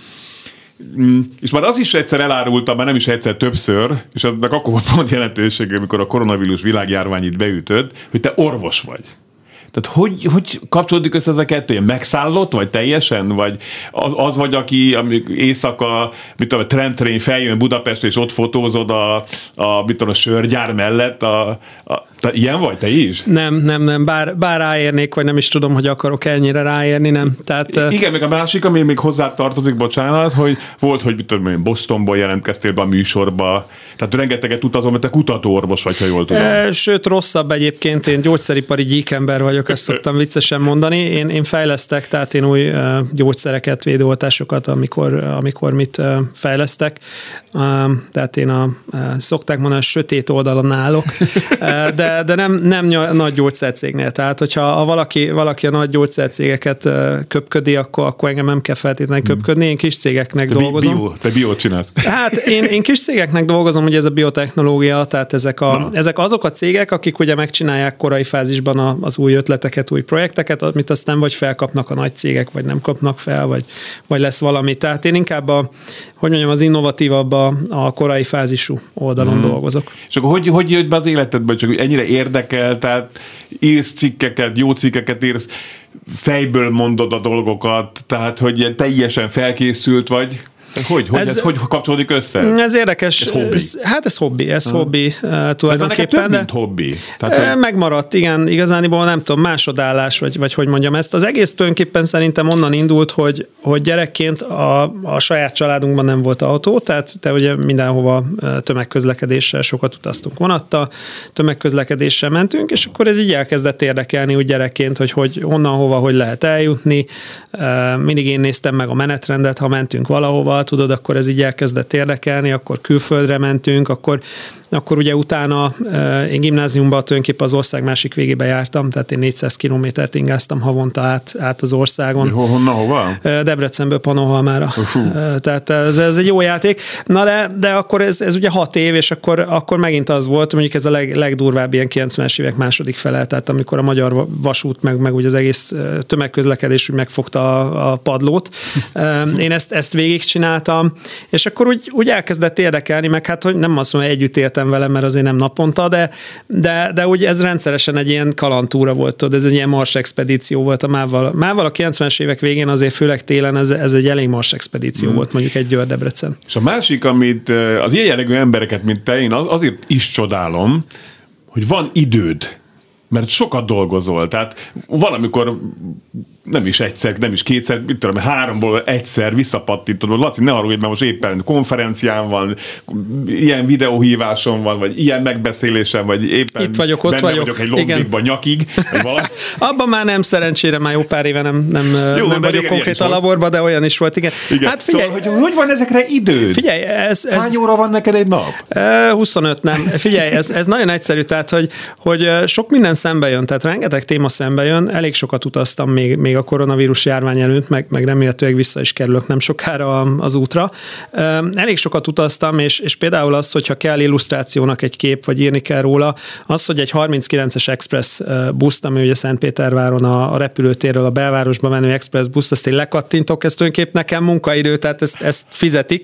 És már az is egyszer elárultam, már nem is egyszer, többször, és aznak akkor volt pont jelentősége, amikor a koronavírus világjárvány itt beütött, hogy te orvos vagy. Tehát hogy, hogy kapcsolódik össze ez a kettő? Megszállott, vagy teljesen? Vagy az, az vagy, aki éjszaka, mit tudom, a tramtrain feljön Budapestre, és ott fotózod a, a, mit tudom, a sörgyár mellett? A, a, te ilyen vagy, te is? Nem, nem, nem. Bár, bár ráérnék, vagy nem is tudom, hogy akarok ennyire ráérni, nem. Tehát, igen, meg a másik, ami még hozzá tartozik, bocsánat, hogy volt, hogy mit tudom, Bostonból jelentkeztél be a műsorba, tehát rengeteget utazom, mert te kutatóorvos vagy, ha jól tudom. Sőt, rosszabb egyébként, én gyógyszeripari gyíkember vagyok, ezt szoktam viccesen mondani. Én, én fejlesztek, tehát én új uh, gyógyszereket, védőoltásokat, amikor, amikor mit uh, fejlesztek. Uh, tehát én a, uh, szokták mondani, a sötét oldalon állok, uh, de, de nem, nem nagy gyógyszercégnél. Tehát, hogyha a valaki, valaki a nagy gyógyszercégeket uh, köpködi, akkor, akkor engem nem kell feltétlenül köpködni. Én kis cégeknek te dolgozom. Bio, te biót csinálsz. Hát én, én kis cégeknek dolgozom, hogy ez a biotechnológia, tehát ezek, a, ezek azok a cégek, akik ugye megcsinálják korai fázisban a, az új ötleteket, új projekteket, amit aztán vagy felkapnak a nagy cégek, vagy nem kapnak fel, vagy, vagy lesz valami. Tehát én inkább a, hogy mondjam, az innovatívabb a, a korai fázisú oldalon hmm. dolgozok. És akkor hogy, hogy jött be az életedben, csak ennyire érdekel, tehát írsz cikkeket, jó cikkeket írsz, fejből mondod a dolgokat, tehát hogy teljesen felkészült vagy? Hogy? Hogy ez, ez hogy kapcsolódik össze? Ez érdekes. Ez hobbi. Hát ez hobbi, ez uh-huh. hobbi uh, tulajdonképpen. De több, mint hobbi. Tehát, megmaradt, igen, igazániból nem tudom, másodállás, vagy, vagy hogy mondjam ezt. Az egész tulajdonképpen szerintem onnan indult, hogy, hogy gyerekként a, a saját családunkban nem volt autó, tehát te ugye mindenhova tömegközlekedéssel sokat utaztunk vonattal, tömegközlekedéssel mentünk, és akkor ez így elkezdett érdekelni úgy gyerekként, hogy, hogy honnan, hova, hogy lehet eljutni. Mindig én néztem meg a menetrendet, ha mentünk valahova, tudod, akkor ez így elkezdett érdekelni, akkor külföldre mentünk, akkor, akkor ugye utána én gimnáziumban tulajdonképpen az ország másik végébe jártam, tehát én négyszáz kilométert ingáztam havonta át, át az országon. Honnan, hova? Debrecenből Pannonhalmára. Tehát ez, ez egy jó játék. Na de, de akkor ez, ez ugye hat év, és akkor, akkor megint az volt, mondjuk ez a leg, legdurvább ilyen kilencvenes évek második fele, tehát amikor a magyar vasút, meg, meg ugye az egész tömegközlekedés úgy megfogta a, a padlót. Én ezt, ezt végigcsináltam, és akkor úgy, úgy elkezdett érdekelni, meg hát, hogy nem azt mondom, hogy együtt éltem velem, mert azért nem naponta, de, de, de úgy ez rendszeresen egy ilyen kalandtúra volt, tudod, ez egy ilyen mars expedíció volt a mával. Mával a kilencvenes évek végén azért főleg télen ez, ez egy elég mars expedíció hmm. volt, mondjuk egy Győr-Debrecen. És a másik, amit az ilyen jellegű embereket, mint te, én az, azért is csodálom, hogy van időd, mert sokat dolgozol. Tehát valamikor nem is egyszer, nem is kétszer, mit tudom, háromból egyszer visszapattintod. Laci, ne haragudj, mert most éppen konferencián van, ilyen videóhíváson van, vagy ilyen megbeszélésen, vagy éppen itt vagyok, ott vagyok. vagyok egy lombikban nyakig. Abban már nem, szerencsére már jó pár éve nem, nem, jó, nem vagyok konkrét a laborban, de olyan is volt, igen. igen. Hát figyelj, szóval, hogy, hogy van ezekre időd? Figyelj, ez, ez... Hány óra van neked egy nap? huszonöt, nem. Figyelj, ez, ez nagyon egyszerű, tehát, hogy, hogy sok minden szembe jön, tehát rengeteg téma szembe jön, elég sokat utaztam még, még a koronavírus járvány előtt, meg, meg remélhetőleg vissza is kerülök nem sokára az útra. Elég sokat utaztam, és, és például az, hogyha kell illusztrációnak egy kép, vagy írni kell róla, az, hogy egy harminckilences express buszt, ami ugye Szentpéterváron a, a repülőtérről a belvárosba menő express buszt, azt én lekattintok, ez tulajdonképp nekem munkaidő, tehát ezt, ezt fizetik.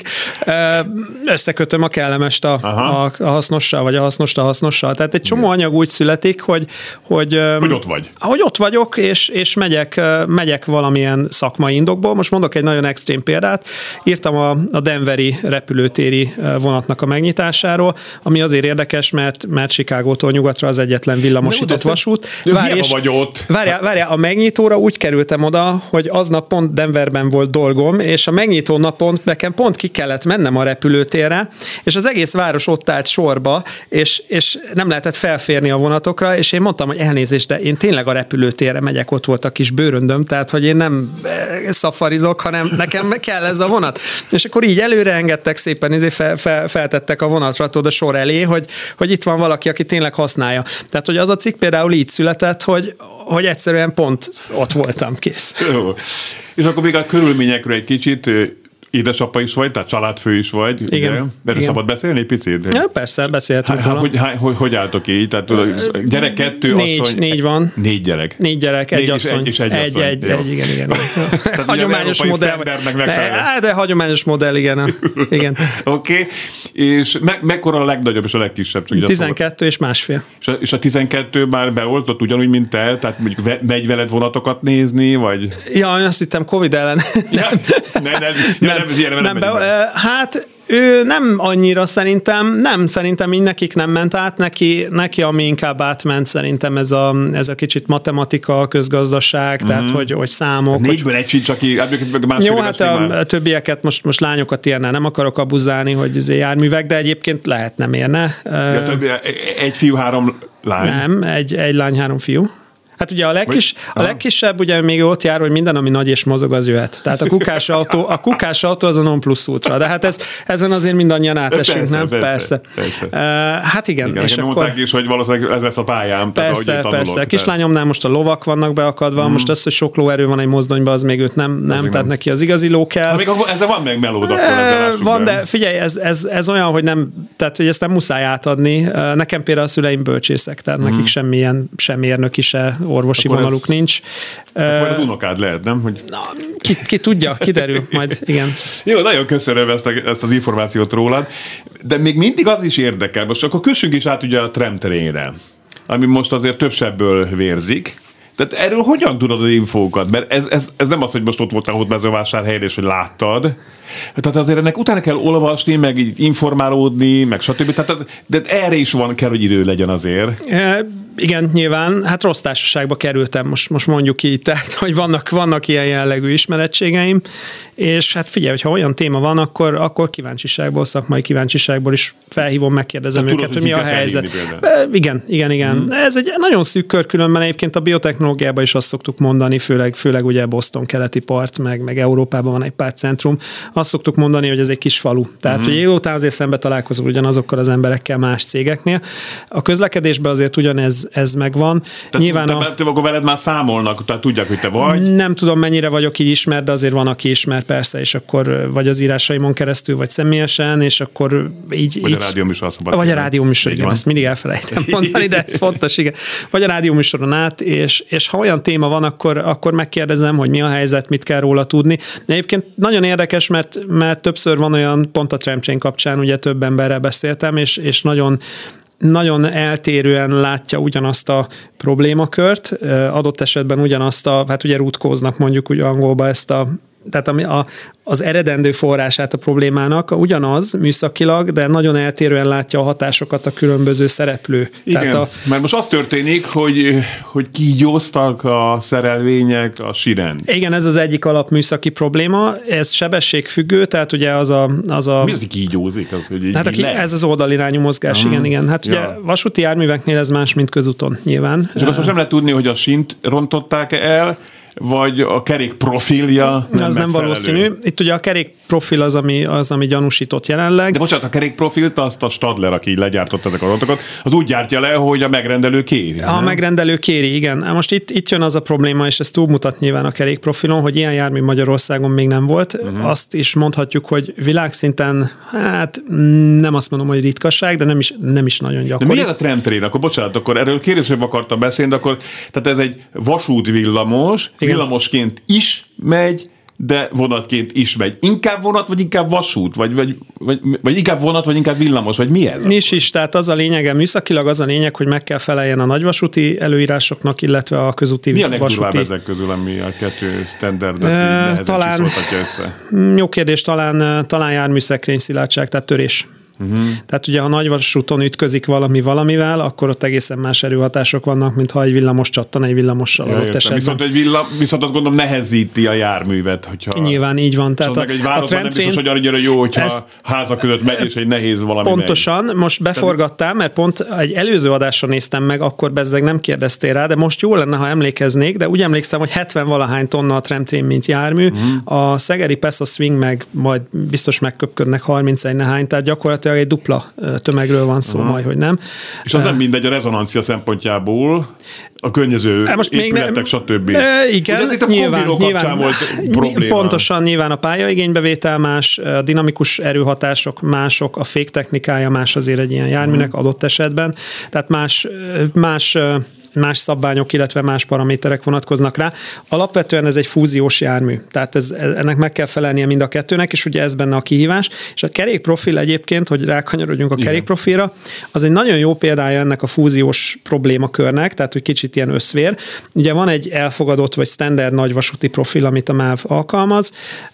Összekötöm a kellemest a, a, a hasznossal, vagy a hasznost a hasznossal. Tehát egy csomó anyag úgy születik, hogy hogy, hogy ott vagy. Hogy ott vagyok, és, és megyek, megyek valamilyen szakmai indokból. Most mondok egy nagyon extrém példát. Írtam a, a denveri repülőtéri vonatnak a megnyitásáról, ami azért érdekes, mert, mert Chicagótól nyugatra az egyetlen villamosított vasút. Várj, vagy ott. Várjál, várjál, a megnyitóra úgy kerültem oda, hogy aznap pont Denverben volt dolgom, és a megnyitó napon nekem pont ki kellett mennem a repülőtérre, és az egész város ott állt sorba, és, és nem lehetett felférni a vonatokra, és én mondtam, hogy elnézést, de én tényleg a repülőtérre megyek, ott volt a kis bőröndöm, tehát, hogy én nem szafarizok, hanem nekem kell ez a vonat. És akkor így előre engedtek szépen, ezért fel, fel, feltettek a vonatra tudod a sor elé, hogy, hogy itt van valaki, aki tényleg használja. Tehát, hogy az a cikk például így született, hogy, hogy egyszerűen pont ott voltam, kész. Jó. És akkor még a körülményekről egy kicsit, édesapa is vagy, tehát családfő is vagy. Igen. Erről szabad beszélni egy picit? Ja, persze, beszélhetünk. Há, hogy, há, hogy, hogy álltok így? Tehát gyerek kettő, négy, asszony. Négy van. Négy gyerek. Négy gyerek, egy négy asszony. És egy, és egy, egy, egy, egy, igen, igen. Hagyományos modell. De, de hagyományos modell, igen. igen. Oké. Okay. És me, mekkora a legnagyobb és a legkisebb? tizenkettő és másfél. És a, és a tizenkettő már beoltott ugyanúgy, mint te? Tehát mondjuk megy veled vonatokat nézni, vagy? Ja, azt hittem Covid ellen. Ja, nem, nem, nem, nem, nem, nem, nem be, hát ő nem annyira szerintem, nem, szerintem így nekik nem ment át, neki, neki ami inkább átment szerintem ez a, ez a kicsit matematika, közgazdaság, mm-hmm. tehát hogy, hogy számok. Négyből egy sincs, aki másfél. Jó, hát a, a többieket most, most lányokat ilyennel nem akarok abuzálni, hogy ez járművek, de egyébként lehet nem érne. Ja, többi, egy fiú, három lány. Nem, egy, egy lány, három fiú. Hát ugye a, legkis, a legkisebb, ugye még ott jár, hogy minden, ami nagy és mozog, az jöhet. Tehát a kukás autó, a kukás autó az a non plus ultra. De hát ez, ezen azért mindannyian átesünk, persze, nem? Persze. persze. Uh, hát igen. igen és akkor... mondták is, hogy valószínűleg ez lesz a pályám. Persze, tehát, persze. tanulok, Kislányomnál most a lovak vannak beakadva, hmm. most az, hogy sok lóerő van egy mozdonyban, az még őt nem, nem tehát nem. Neki az igazi ló kell. Ha még ezzel van meg melód, akkor ezzel van, de figyelj, ez, ez, ez olyan, hogy nem, tehát hogy ezt nem muszáj átadni. Nekem például a szüleim bölcsészek, tehát hmm. nekik semmilyen, sem mérnöki, se orvosi akkor vonaluk nincs. Akkor az unokád lehet, nem? Hogy... Na, ki, ki tudja, kiderül majd, igen. Jó, nagyon köszönöm ezt, a, ezt az információt rólad, de még mindig az is érdekel. Most akkor kössünk is át ugye a tramterényre, ami most azért több sebből vérzik. Tehát erről hogyan tudod az infókat? Mert ez, ez, ez nem az, hogy most ott voltál Hódmezővásárhelyen, és hogy láttad. Tehát azért ennek utána kell olvasni, meg így informálódni, meg stb. Tehát az, de erre is van, kell, hogy idő legyen azért. E, igen, nyilván. Hát rossz társaságba kerültem, most, most mondjuk így, tehát, hogy vannak, vannak ilyen jellegű ismerettségeim, és hát figyelj, hogyha olyan téma van, akkor, akkor kíváncsiságból, szakmai kíváncsiságból is felhívom, megkérdezem tehát őket, tudod, hogy mi a helyzet. E, igen, igen, igen. Hmm. Ez egy nagyon szűk kör, különben egyébként a biotechnológia technológiában is azt szoktuk mondani, főleg, főleg ugye Boston keleti part, meg, meg Európában van egy pár centrum, azt szoktuk mondani, hogy ez egy kis falu. Tehát, uh-huh. hogy idő után azért szembe találkozunk ugyanazokkal az emberekkel más cégeknél. A közlekedésben azért ugyanez ez megvan. Tehát Nyilván te, a... te, akkor veled már számolnak, tehát tudják, hogy te vagy. Nem tudom, mennyire vagyok így ismert, de azért van, aki ismer persze, és akkor vagy az írásaimon keresztül, vagy személyesen, és akkor így... Vagy így, a rádióműsor szabad. Vagy a rádióműsor, igen, ezt mindig elfelejtem mondani, de ez fontos, igen. Vagy a rádióműsoron át, és, és ha olyan téma van, akkor, akkor megkérdezem, hogy mi a helyzet, mit kell róla tudni. De egyébként nagyon érdekes, mert, mert többször van olyan, pont a tramtrain kapcsán, ugye több emberrel beszéltem, és, és nagyon nagyon eltérően látja ugyanazt a problémakört, adott esetben ugyanazt a, hát ugye root cause-nak mondjuk úgy angolba ezt a, tehát ami a, az eredendő forrását a problémának ugyanaz műszakilag, de nagyon eltérően látja a hatásokat a különböző szereplő. Igen, tehát a, mert most az történik, hogy, hogy kígyóztak a szerelvények a síren. Igen, ez az egyik alapműszaki probléma, ez sebességfüggő, tehát ugye az a... Az a Mi az, hogy kígyózik? Az, hogy hát így ez az oldalirányú mozgás, uh-huh. igen, igen. Hát ugye ja. vasúti járműveknél ez más, mint közúton nyilván. És azt most nem lehet tudni, hogy a sínt rontották el, vagy a kerék profilja nem az nem valószínű. Itt ugye a kerék profil az, ami, az, ami gyanúsított jelenleg. De bocsánat, a kerék profilt azt a Stadler, aki így legyártott ezek a rontokat, az úgy gyártja le, hogy a megrendelő kéri. A nem? megrendelő kéri, igen. Most itt, itt jön az a probléma, és ez túlmutat nyilván a kerék profilon, hogy ilyen jármű Magyarországon még nem volt. Uh-huh. Azt is mondhatjuk, hogy világszinten, hát nem azt mondom, hogy ritkaság, de nem is, nem is nagyon gyakori. De mi ez a tramtrain? Akkor bocsánat, akkor erről kérésről akartam beszélni, de akkor tehát ez egy vasútvillamos, villamosként is megy, de vonatként is megy. Inkább vonat, vagy inkább vasút? Vagy, vagy, vagy, vagy inkább vonat, vagy inkább villamos? Vagy mi ez? Nincs is, tehát az a lényege, műszakilag az a lényeg, hogy meg kell feleljen a nagyvasúti előírásoknak, illetve a közúti vasúti. Mi a legdurvább ezek közül, ami a kettő standardet nehezen talán, csiszoltatja össze? Jó kérdés, talán, talán járműszekrény szilárdság, tehát törés. Uh-huh. Tehát ugye, ha nagyvasúton ütközik valami valamivel, akkor ott egészen más erőhatások vannak, mint ha egy villamos csattan egy villamossal. Ja, viszont, egy villam, viszont azt gondolom nehezíti a járművet. Hogyha nyilván így van. Tehát a, egy városban nem biztos, hogy annyira jó, hogyha ezt, házak között megy, és egy nehéz valami pontosan, megy. Most beforgattál, mert pont egy előző adásra néztem meg, akkor bezzeg nem kérdeztél rá, de most jó lenne, ha emlékeznék, de úgy emlékszem, hogy hetven-valahány tonna a tramtrain, mint jármű. Uh-huh. A szegedi Pesa Swing meg majd biztos megköpködnek harmincegy nehány, tehát gyakorlatilag egy dupla tömegről van szó, uh-huh. majd, hogy nem. És az uh, nem mindegy a rezonancia szempontjából, a környező most épületek, nem, stb. Uh, igen, ugye a nyilván, nyilván volt probléma. Pontosan, nyilván a pályaigénybevétel más, a dinamikus erőhatások mások, a féktechnikája más azért egy ilyen járműnek uh-huh. adott esetben, tehát más, más más szabványok, illetve más paraméterek vonatkoznak rá. Alapvetően ez egy fúziós jármű, tehát ez, ennek meg kell felelnie mind a kettőnek, és ugye ez benne a kihívás. És a kerékprofil egyébként, hogy rákanyarodjunk a kerékprofilra, az egy nagyon jó példája ennek a fúziós problémakörnek, tehát hogy kicsit ilyen összvér. Ugye van egy elfogadott vagy standard nagyvasúti profil, amit a MÁV alkalmaz,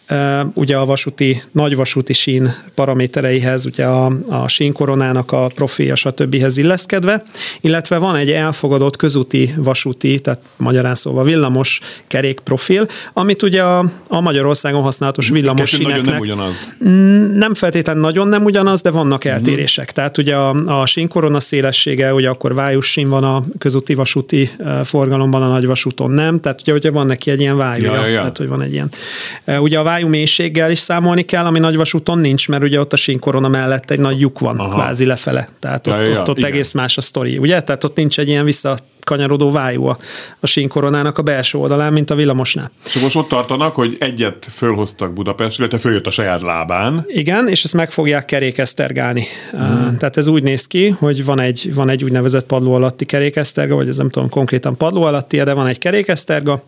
ugye a vasúti, nagyvasúti sín paramétereihez, ugye a, a sínkoronának a profilja, stb. Illeszkedve, illetve van egy elfogadott közúti, vasúti, tehát magyarán szóval villamos kerékprofil, amit ugye a, a Magyarországon használatos villamos síneknek... nem ugyanaz. Nem feltétlenül nagyon nem ugyanaz, de vannak eltérések. Uh-huh. Tehát ugye a, a sínkorona szélessége, ugye akkor vájus sín van a közúti, vasúti forgalomban, a nagyvasúton nem, tehát ugye, ugye van neki egy ilyen vájúja, ja, ja. tehát hogy van egy ilyen. Ugye a vájú mélységgel is számolni kell, ami nagyvasúton nincs, mert ugye ott a sínkorona mellett egy nagy lyuk van, aha. kvázi lefele. Tehát ja, ott, ja, ott, ott egész más a sztori, ugye? Tehát ott nincs egy ilyen visszakanyarodó vájú a, a sínkoronának a belső oldalán, mint a villamosnál. És most ott tartanak, hogy egyet fölhoztak Budapestről, illetve följött a saját lábán. Igen, és ezt meg fogják kerékesztergálni. Hmm. Tehát ez úgy néz ki, hogy van egy, van egy úgynevezett padló alatti kerékeszterga, vagy ez nem tudom konkrétan padló alatti, de van egy kerékeszterga,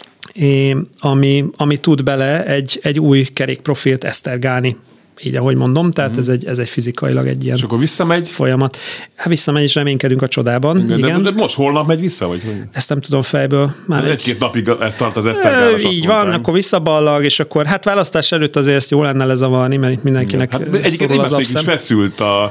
É, ami, ami tud bele egy, egy új kerékprofilt esztergálni, így ahogy mondom, tehát mm. ez, egy, ez egy fizikailag egy ilyen és akkor visszamegy? folyamat. Hát visszamegy, és reménykedünk a csodában. Igen, igen. De most holnap megy vissza? Vagy? Ezt nem tudom fejből. Már egy... Egy-két napig ez tart az esztergálás. Így van, akkor visszaballag, és akkor hát választás előtt azért ezt jó lenne lezavarni, mert itt mindenkinek hát, hát, szorul az abszem. Is feszült a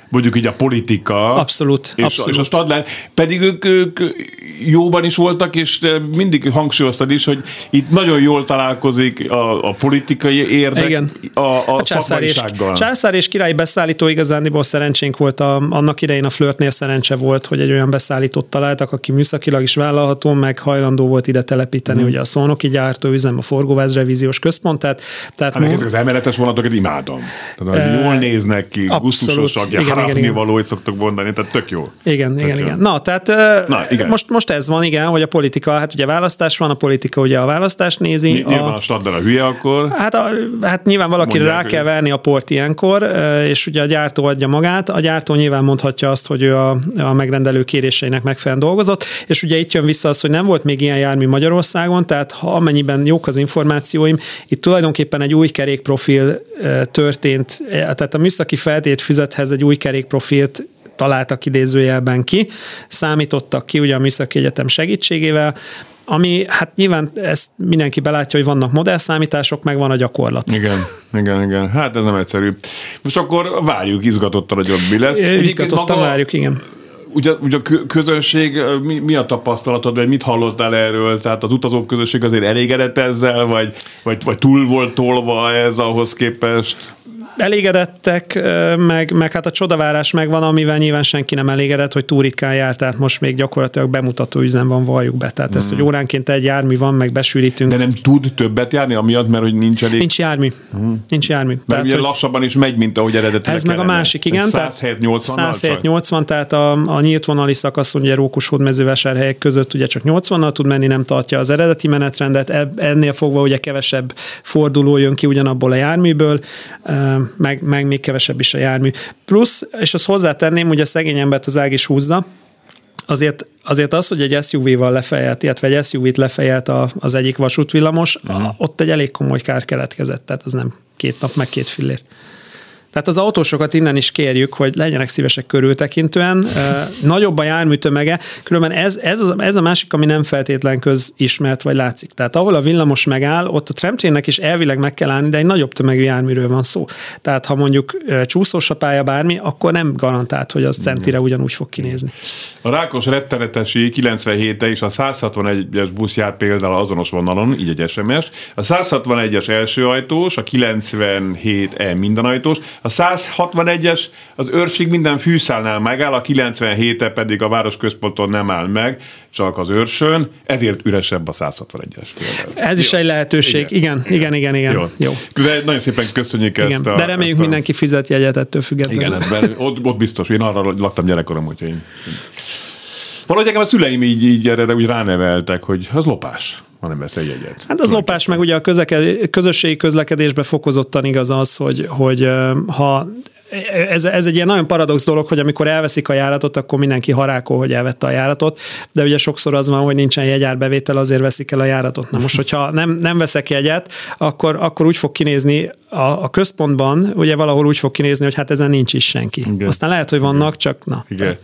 mondjuk így a politika. Abszolút, és, abszolút. És a Stadler, pedig ők, ők jóban is voltak, és mindig hangsúlyoztad is, hogy itt nagyon jól találkozik a, a politikai érdek Igen. a, a, a császár és, szakmaisággal. császár és királyi beszállító igazándiból szerencsénk volt, a, annak idején a Flirtnél szerencse volt, hogy egy olyan beszállítót találtak, aki műszakilag is vállalható, meg hajlandó volt ide telepíteni mm. ugye a Szolnoki gyártóüzem, a Forgóváz revíziós központ. Tehát, tehát hát ezek az emeletes vonatokat imádom. Tehát, jól néznek ki, gusztusosak, harapnivaló, hogy szoktok mondani, tehát tök jó. Igen, tök igen, jó. igen. Na, tehát Na, igen. Most, most ez van, igen, hogy a politika, hát ugye választás van, a politika ugye a választást nézi. Nyilván a, a Stadler a hülye akkor. Hát, a, hát nyilván valakire mondják, rá kell verni a port ilyenkor, és ugye a gyártó adja magát. A gyártó nyilván mondhatja azt, hogy ő a, a megrendelő kéréseinek megfelelően dolgozott, és ugye itt jön vissza az, hogy nem volt még ilyen jármű Magyarországon, tehát ha amennyiben jók az információim, itt tulajdonképpen egy új kerékprofil történt, tehát a műszaki feltétfüzethez egy új kerékprofilt találtak idézőjelben ki, számítottak ki ugye a Műszaki Egyetem segítségével, ami hát nyilván ezt mindenki belátja, hogy vannak modellszámítások, meg van a gyakorlat. Igen, igen, igen. Hát ez nem egyszerű. Most akkor várjuk izgatottan, hogy ott mi lesz. Izgatottan várjuk, igen. Ugye, ugye a közönség, mi, mi a tapasztalatod, vagy mit hallottál erről? Tehát az utazók közösség azért elégedett ezzel, vagy, vagy, vagy túl volt tolva ez ahhoz képest? Elégedettek, meg, meg hát a csodavárás megvan, amivel nyilván senki nem elégedett, hogy túl ritkán jár, tehát most még gyakorlatilag bemutató üzem van, valljuk be. Tehát mm. ez, hogy óránként egy jármű van, meg besűrítünk. De nem tud többet járni, amiatt, mert hogy nincs elég? Nincs jármű. Mm. Nincs jármű. Mert tehát, ugye lassabban is megy, mint ahogy eredetileg Ez meg kellene. a másik, igen. száz hét nyolcvan száz hét nyolcvan, tehát a, a nyílt vonali szakaszon, ugye Rókushód mezővásárhelyek között ugye csak nyolcvannal tud menni, nem tartja az eredeti menetrendet, ennél fogva ugye kevesebb forduló jön ki ugyanabból a járműből, meg meg még kevesebb is a jármű. Plusz, és azt hozzátenném, hogy a szegény embert az ág is húzza, azért, azért az, hogy egy es u vé-val lefejelt, illetve egy es u vét lefejelt az egyik vasútvillamos, uh-huh. ott egy elég komoly kár keletkezett, tehát az nem két nap, meg két fillér. Tehát az autósokat innen is kérjük, hogy legyenek szívesek körültekintően, nagyobb a jármű tömege, különben ez, ez, az, ez a másik, ami nem feltétlen közismert vagy látszik. Tehát ahol a villamos megáll, ott a tramtrainnek is elvileg meg kell állni, de egy nagyobb tömegű járműről van szó. Tehát ha mondjuk csúszós a pálya bármi, akkor nem garantált, hogy az centire ugyanúgy fog kinézni. A Rákos rettenetesi kilencvenhéte és a száz hatvanegyes busz jár például azonos vonalon, így egy es em es. A száz hatvanegyes első ajtós, a kilencvenhét E mindenajtós, a száz hatvanegyes az őrsig minden fűszálnál megáll, a kilencvenhét pedig a városközponton nem áll meg, csak az őrsön, ezért üresebb a száz hatvanegyes. Ez Jó. is egy lehetőség. Igen, igen, igen, igen. Jó. Jó. De nagyon szépen köszönjük igen. ezt a... De reméljük a... mindenki fizet jegyet ettől függetlenül. Igen, ott, ott biztos. Én arra laktam gyerekkorom, hogyha én... Valahogy nekem a szüleim így, így erre úgy ráneveltek, hogy az lopás, ha nem veszel jegyet. Hát az lopás, meg ugye a közleke, közösségi közlekedésben fokozottan igaz az, hogy, hogy ha ez, ez egy ilyen nagyon paradox dolog, hogy amikor elveszik a járatot, akkor mindenki harákol, hogy elvette a járatot, de ugye sokszor az van, hogy nincsen jegyárbevétel, azért veszik el a járatot. Na most, hogyha nem, nem veszek jegyet, akkor, akkor úgy fog kinézni a, a központban, ugye valahol úgy fog kinézni, hogy hát ezen nincs is senki. Igen. Aztán lehet, hogy vannak, Igen. csak na. Igen.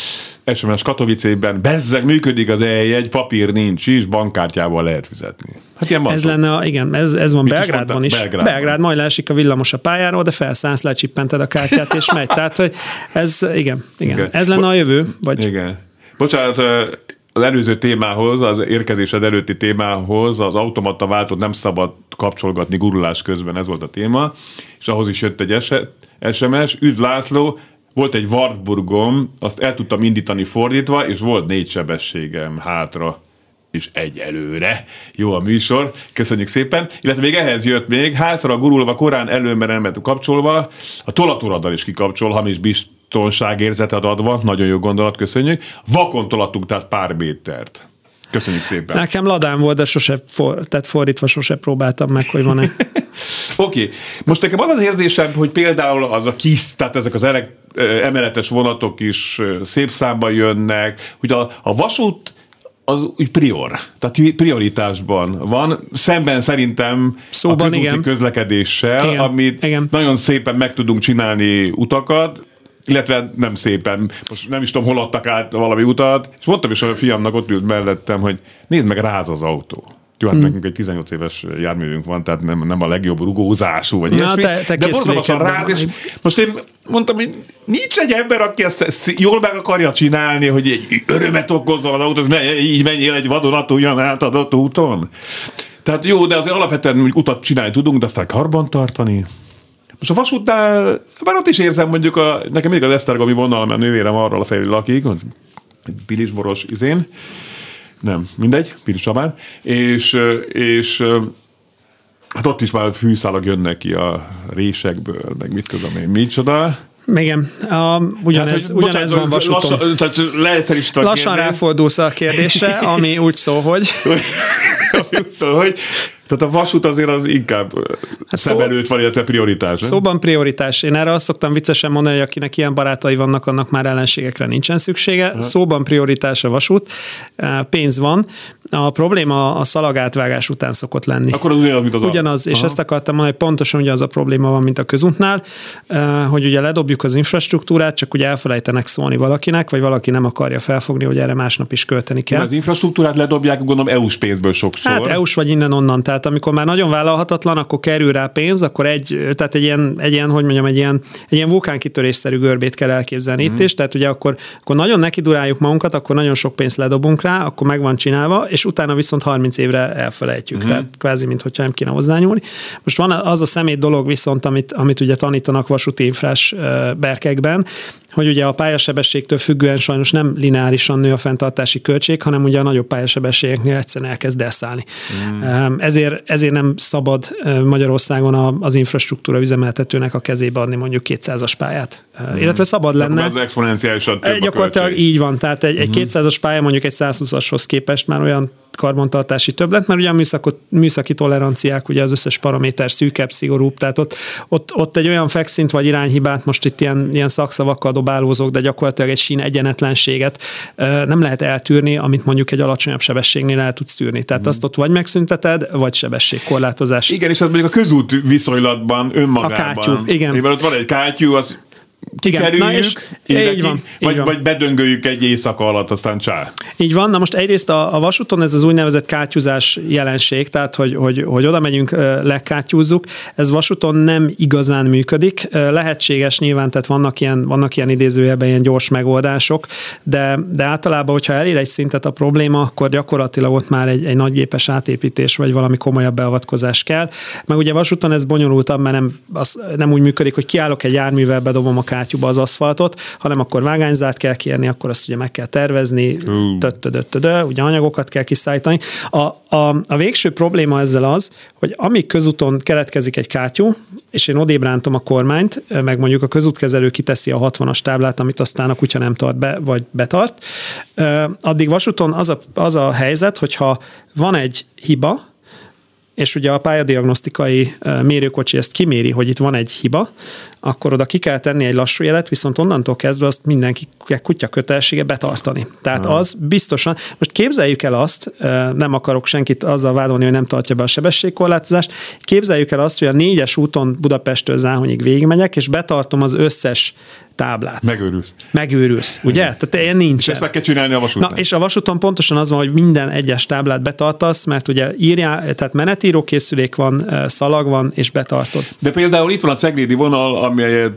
es em es Katowicében bezzeg működik az e-jegy, papír nincs is, bankkártyával lehet fizetni. Hát ilyen ez lenne, igen, ez, ez van Mit Belgrádban is. is. Belgrádban. Belgrád, majd leesik a villamos a pályáról, de felszállsz, lecsippented a kártyát, és megy. Tehát, hogy ez, igen, igen. igen. Ez lenne a jövő. Vagy... Igen. Bocsánat, az előző témához, az érkezésed előtti témához, az automata váltót nem szabad kapcsolgatni gurulás közben, ez volt a téma, és ahhoz is jött egy es em es, üdv László, volt egy Wartburgom, azt el tudtam indítani fordítva, és volt négy sebességem hátra, és egy előre. Jó a műsor, köszönjük szépen. Illetve még ehhez jött még, hátra gurulva, korán előmeremet kapcsolva, a tolatóradalat is kikapcsol, hamis biztonságérzetet adva, nagyon jó gondolat, köszönjük. Vakon tolattunk, tehát pár métert. Köszönjük szépen. Nekem ladán volt, de sose, for, tehát fordítva sose próbáltam meg, hogy van-e. Oké. Okay. Most nekem az az érzésem, hogy például az a KISZ, tehát ezek az elek, emeletes vonatok is szép számban jönnek, hogy a, a vasút az úgy prior, tehát prioritásban van, szemben szerintem szóban, a közúti igen. közlekedéssel, igen. amit igen. nagyon szépen meg tudunk csinálni utakat, illetve nem szépen, most nem is tudom, hol adtak át valami utat, és mondtam is a fiamnak, ott ült mellettem, hogy nézd meg, ráz az autó. Jó, hát hmm. nekünk egy tizennyolc éves járművünk van, tehát nem, nem a legjobb rugózású, vagy Na, ilyesmi, te, te de borzalmasan ráz, és most én mondtam, hogy nincs egy ember, aki ezt jól meg akarja csinálni, hogy egy örömet okozzon az autó, ne így menjél egy vadonatújan átadott úton. Tehát jó, de azért alapvetően utat csinálni tudunk, de aztán karbantartani. Most a vasútnál, már ott is érzem mondjuk, a, nekem még az esztergomi vonal, mert nővérem arról a felé lakik, Pilisboros izén, nem, mindegy, Pilis Csabán, és, és hát ott is már fűszálak jönnek ki a résekből, meg mit tudom én, micsoda. Igen, a, ugyanez, hát, ugyanez bocsánat, van vasúton. Lassan, lassan ráfordulsz a kérdésre, ami úgy szól, hogy... úgy szól, hogy tehát a vasút azért az inkább hát szem előtt van, illetve prioritás. Szóban prioritás. Én erre azt szoktam viccesen mondani, hogy akinek ilyen barátai vannak, annak már ellenségekre nincsen szüksége. Ha. Szóban prioritás a vasút, pénz van. A probléma a szalagátvágás után szokott lenni. Akkor az ugyanaz, mint az Ugyanaz, a... és ezt akartam mondani, hogy pontosan ugyanaz a probléma van, mint a közútnál, hogy ugye ledobjuk az infrastruktúrát, csak ugye elfelejtenek szólni valakinek, vagy valaki nem akarja felfogni, hogy erre másnap is költeni kell. De az infrastruktúrát ledobják, gondolom é u-s pénzből sokszor. Hát é u-s vagy innen-onnan. Tehát amikor már nagyon vállalhatatlan, akkor kerül rá pénz, akkor egy, tehát egy ilyen, egy ilyen, hogy mondjam, egy ilyen, egy ilyen vulkánkitörésszerű görbét kell elképzelni mm. itt is, tehát ugye akkor, akkor nagyon nekiduráljuk magunkat, akkor nagyon sok pénzt ledobunk rá, akkor meg van csinálva, és utána viszont harminc évre elfelejtjük, mm. tehát kvázi, minthogyha nem kéne hozzányúlni. Most van az a szemét dolog viszont, amit, amit ugye tanítanak vasúti infrás berkekben, hogy ugye a pályasebességtől függően sajnos nem lineárisan nő a fenntartási költség, hanem ugye a nagyobb pályasebességeknél egyszerűen elkezd elszállni. Mm. Ezért, ezért nem szabad Magyarországon az infrastruktúra üzemeltetőnek a kezébe adni mondjuk kétszázas pályát. Mm. Illetve szabad lenne. Az exponenciálisan több gyakorlatilag a így van, tehát egy, egy kétszázas pálya mondjuk egy százhúszashoz képest már olyan karbantartási többlet, mert ugye a műszakot, műszaki toleranciák, ugye az összes paraméter szűkebb, szigorúbb, tehát ott, ott, ott egy olyan fekszint vagy irányhibát, most itt ilyen, ilyen szakszavakkal dobálózok, de gyakorlatilag egy sín egyenetlenséget nem lehet eltűrni, amit mondjuk egy alacsonyabb sebességnél el tudsz tűrni. Tehát mm. azt ott vagy megszünteted, vagy sebességkorlátozás. Igen, és az mondjuk a közút viszonylatban önmagában. A kátyú, igen. Mivel ott van egy kátyú, az kikerüljük, évekig, van, vagy, van. vagy bedöngöljük egy éjszaka alatt, aztán csá. Így van, na most egyrészt a, a vasúton ez az úgynevezett kátyúzás jelenség, tehát hogy, hogy, hogy oda megyünk, lekátyúzzuk, ez vasúton nem igazán működik. Lehetséges nyilván, tehát vannak ilyen, vannak ilyen idézőjelben ilyen gyors megoldások, de, de általában, hogyha elér egy szintet a probléma, akkor gyakorlatilag ott már egy, egy nagygépes átépítés, vagy valami komolyabb beavatkozás kell. Meg ugye vasúton ez bonyolultabb, mert nem, az, nem úgy működik, hogy kiállok egy járművel, bedobom a kátyúba az aszfaltot, hanem akkor vágányzárt kell kérni, akkor azt ugye meg kell tervezni, uh. töttödöttödö, ugye anyagokat kell kiszállítani. A, a, a végső probléma ezzel az, hogy amíg közúton keletkezik egy kátyú, és én odébb rántom a kormányt, meg mondjuk a közútkezelő kiteszi a hatvanas táblát, amit aztán a kutya nem tart be, vagy betart, addig vasúton az a, az a helyzet, hogyha van egy hiba, és ugye a pályadiagnosztikai mérőkocsi ezt kiméri, hogy itt van egy hiba, akkor oda ki kell tenni egy lassú jelet, viszont onnantól kezdve azt mindenki kutya kötelessége betartani. Tehát az biztosan, most képzeljük el azt, nem akarok senkit azzal vádolni, hogy nem tartja be a sebességkorlátozást, képzeljük el azt, hogy a négyes úton Budapesttől Záhonyig végigmegyek, és betartom az összes táblát. Megőrülsz. Megőrülsz, ugye? Tehát ilyen nincsen. És ezt meg kell csinálni a vasúton. Na, és a vasúton pontosan az van, hogy minden egyes táblát betartasz, mert ugye írjál, tehát menetírókészülék van, szalag van, és betartod. De például itt van a ceglédi vonal, amelyet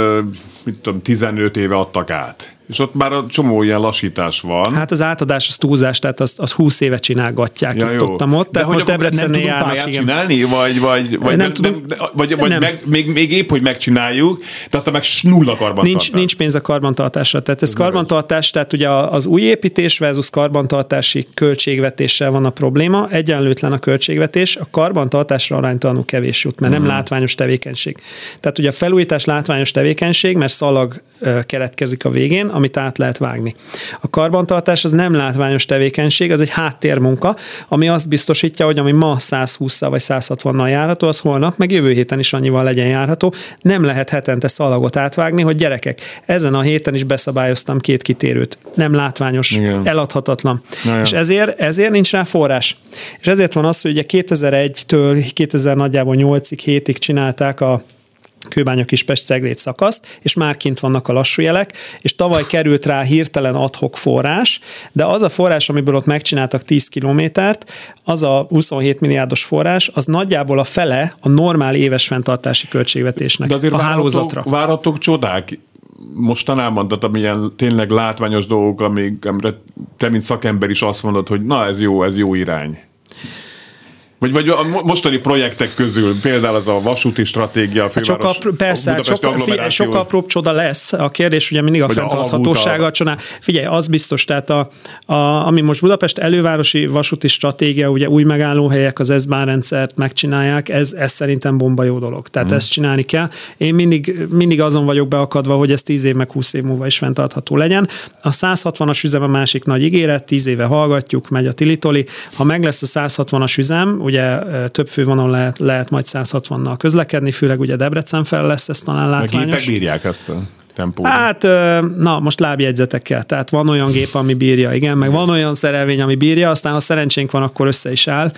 mit tudom, tizenöt éve adtak át. És ott már a csomó ilyen lassítás van. Hát az átadás, az túlzás, tehát azt, azt húsz éve csinálgatják ja, itt ott, ott. De hogy most Debrecennél járnak. Nem tudunk csinálni? Vagy, vagy, vagy, nem nem, nem, vagy, vagy nem. Meg, még, még épp, hogy megcsináljuk, de aztán meg nulla karbantartás. Nincs, nincs pénz a karbantartásra. Tehát ez, ez karbantartás, tehát ugye az új építés versus karbantartási költségvetéssel van a probléma. Egyenlőtlen a költségvetés, a karbantartásra aránytalanul kevés jut, mert hmm. nem látványos tevékenység. Tehát ugye a felújítás látványos tevékenység, mert szalag keletkezik a végén, amit át lehet vágni. A karbantartás az nem látványos tevékenység, az egy háttérmunka, ami azt biztosítja, hogy ami ma száz hússzal vagy száz hatvannal járható, az holnap, meg jövő héten is annyival legyen járható. Nem lehet hetente szalagot átvágni, hogy gyerekek, ezen a héten is beszabályoztam két kitérőt. Nem látványos, igen. Eladhatatlan. Ja, és ezért, ezért nincs rá forrás. És ezért van az, hogy ugye kétezer-egytől kétezer nagyjából nyolcig, hétig csinálták a Kőbánya-Kispest-Ceglét szakaszt, és már kint vannak a lassú jelek, és tavaly került rá hirtelen ad hoc forrás, de az a forrás, amiből ott megcsináltak tíz kilométert, az a huszonhét milliárdos forrás, az nagyjából a fele a normál éves fenntartási költségvetésnek de azért a várhatók, hálózatra. Várhatók csodák? Mostanában, tehát amilyen tényleg látványos dolgok, amik, amire te, mint szakember is azt mondod, hogy na ez jó, ez jó irány. Vagy, vagy a mostani projektek közül, például az a vasúti stratégia, a főváros, sok apró, persze, a sok, figyelj, sok apróbb csoda lesz. A kérdés ugye mindig a fenntarthatósága. A figyelj, az biztos, tehát a, a, ami most Budapest elővárosi vasúti stratégia, ugye új megállóhelyek, az eszbán rendszert megcsinálják, ez, ez szerintem bomba jó dolog. Tehát hmm. ezt csinálni kell. Én mindig, mindig azon vagyok beakadva, hogy ez tíz év meg húsz év múlva is fenntartható legyen. A száz hatvanas üzem a másik nagy ígéret, tíz éve hallgatjuk, megy a tilitoli. Ha meg lesz a száz hatvanas üzem, ugye több fővonalon lehet, lehet majd száz hatvannal közlekedni, főleg ugye Debrecen fel lesz, ez talán látványos. A gépek bírják ezt a tempót? Hát, na, most lábjegyzetekkel, tehát van olyan gép, ami bírja, igen, meg van olyan szerelvény, ami bírja, aztán ha szerencsénk van, akkor össze is áll.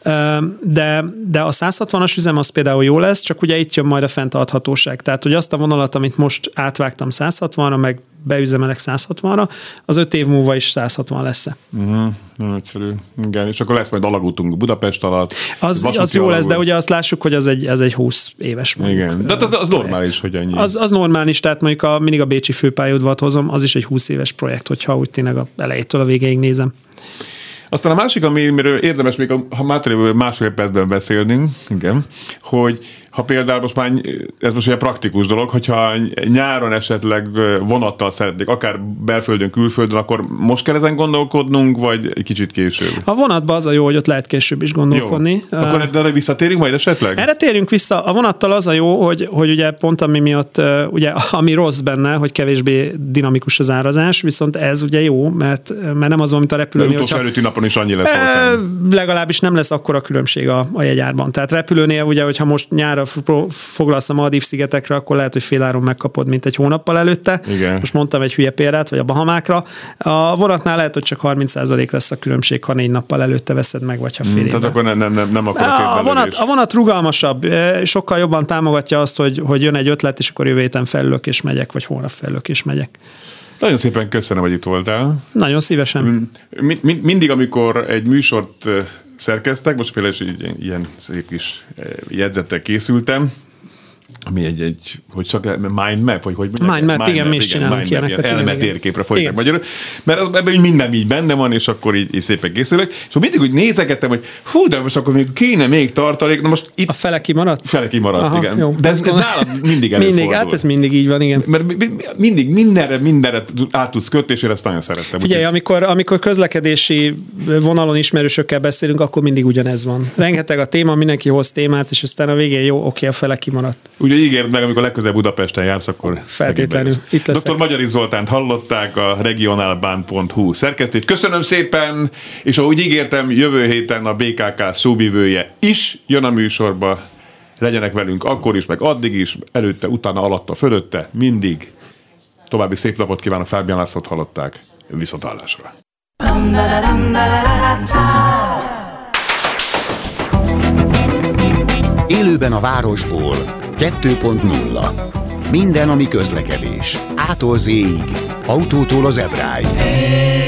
De, de a száz hatvanas üzem az például jó lesz, csak ugye itt jön majd a fenntarthatóság. Tehát, hogy azt a vonalat, amit most átvágtam száz hatvanra, meg beüzemelek száz hatvanra, az öt év múlva is száz hatvan lesz-e. Uh-huh. Nem egyszerű. Igen, és akkor lesz majd alagútunk Budapest alatt. Az, az jó alagút. Lesz, de ugye azt lássuk, hogy az egy, az egy húsz éves mondjuk. Igen, de az, az normális, hogy ennyi. Az, az normális, tehát mondjuk a, mindig a bécsi főpályaudvart hozom, az is egy húsz éves projekt, hogyha úgy tényleg a elejétől a végéig nézem. Aztán a másik, amiről érdemes még, ha másfél másfél percben beszélnünk, igen, hogy ha például most már, ez most egy praktikus dolog, hogyha nyáron esetleg vonattal szeretnék, akár belföldön, külföldön, akkor most kell ezen gondolkodnunk, vagy egy kicsit később? A vonatban az a jó, hogy ott lehet később is gondolkodni. Jó. Akkor erre visszatérünk majd esetleg? Erre térjünk vissza. A vonattal az a jó, hogy, hogy ugye pont ami miatt, ugye, ami rossz benne, hogy kevésbé dinamikus az árazás, viszont ez ugye jó, mert, mert nem az van, mint a repülőnél. De utolsó előtti napon is annyi lesz e, legalábbis nem lesz akkora különbség a, a jegyárban. Tehát repülőnél ugye, hogyha most nyárra foglalsz a Maldív-szigetekre, akkor lehet, hogy féláron megkapod, mint egy hónappal előtte. Igen. Most mondtam egy hülye példát, vagy a Bahamákra. A vonatnál lehet, hogy csak harminc százalék lesz a különbség, ha négy nappal előtte veszed meg, vagy ha fél hmm, Tehát akkor nem, nem, nem, nem akarok a vonat, a vonat rugalmasabb, sokkal jobban támogatja azt, hogy, hogy jön egy ötlet, és akkor jövő héten felülök és megyek, vagy hónap felülök és megyek. Nagyon szépen köszönöm, hogy itt voltál. Nagyon szívesen. Mind, mind, mindig, amikor egy műsort szerkeztek, most például is ilyen, ilyen szép kis jegyzettel készültem, ami egy, egy hogy csak mind map, vagy hogy mondják? Mind map, igen, mi is csinálunk ilyeneket. Eleme térképre folytak magyarul, mert az, ebben minden így benne van, és akkor így, így szépen készülök. És mindig úgy nézegettem, hogy hú, de most akkor még kéne még tartalék. Na most itt a fele kimaradt? Fele kimaradt, aha, igen. Jó. De ez, ez nálad mindig előfordul. Mindig, hát ez mindig így van, igen. Mert mindig mindenre, mindenre át tudsz kötni, és én ezt nagyon szerettem. Figyelj, úgy, amikor, amikor közlekedési vonalon ismerősökkel beszélünk, akkor mindig ugyanez van. Rengeteg a téma, mindenki hoz témát, és aztán a végén jó, oké, a fele kimaradt. Ugye ígérd meg, amikor legközelebb Budapesten jársz, akkor feltétlenül itt leszek. doktor Magyari Zoltánt hallották, a regionalbahn pont hu szerkesztőt. Köszönöm szépen, és ahogy ígértem, jövő héten a bé ká ká szóvivője is jön a műsorba. Legyenek velünk akkor is, meg addig is, előtte, utána, alatta, fölötte, mindig. További szép napot kívánok, Fábián Lászlót hallották. Viszonthallásra. Élőben a városból kettő pont nulla. Minden, ami közlekedés. Ától zéig, autótól az Ebráig.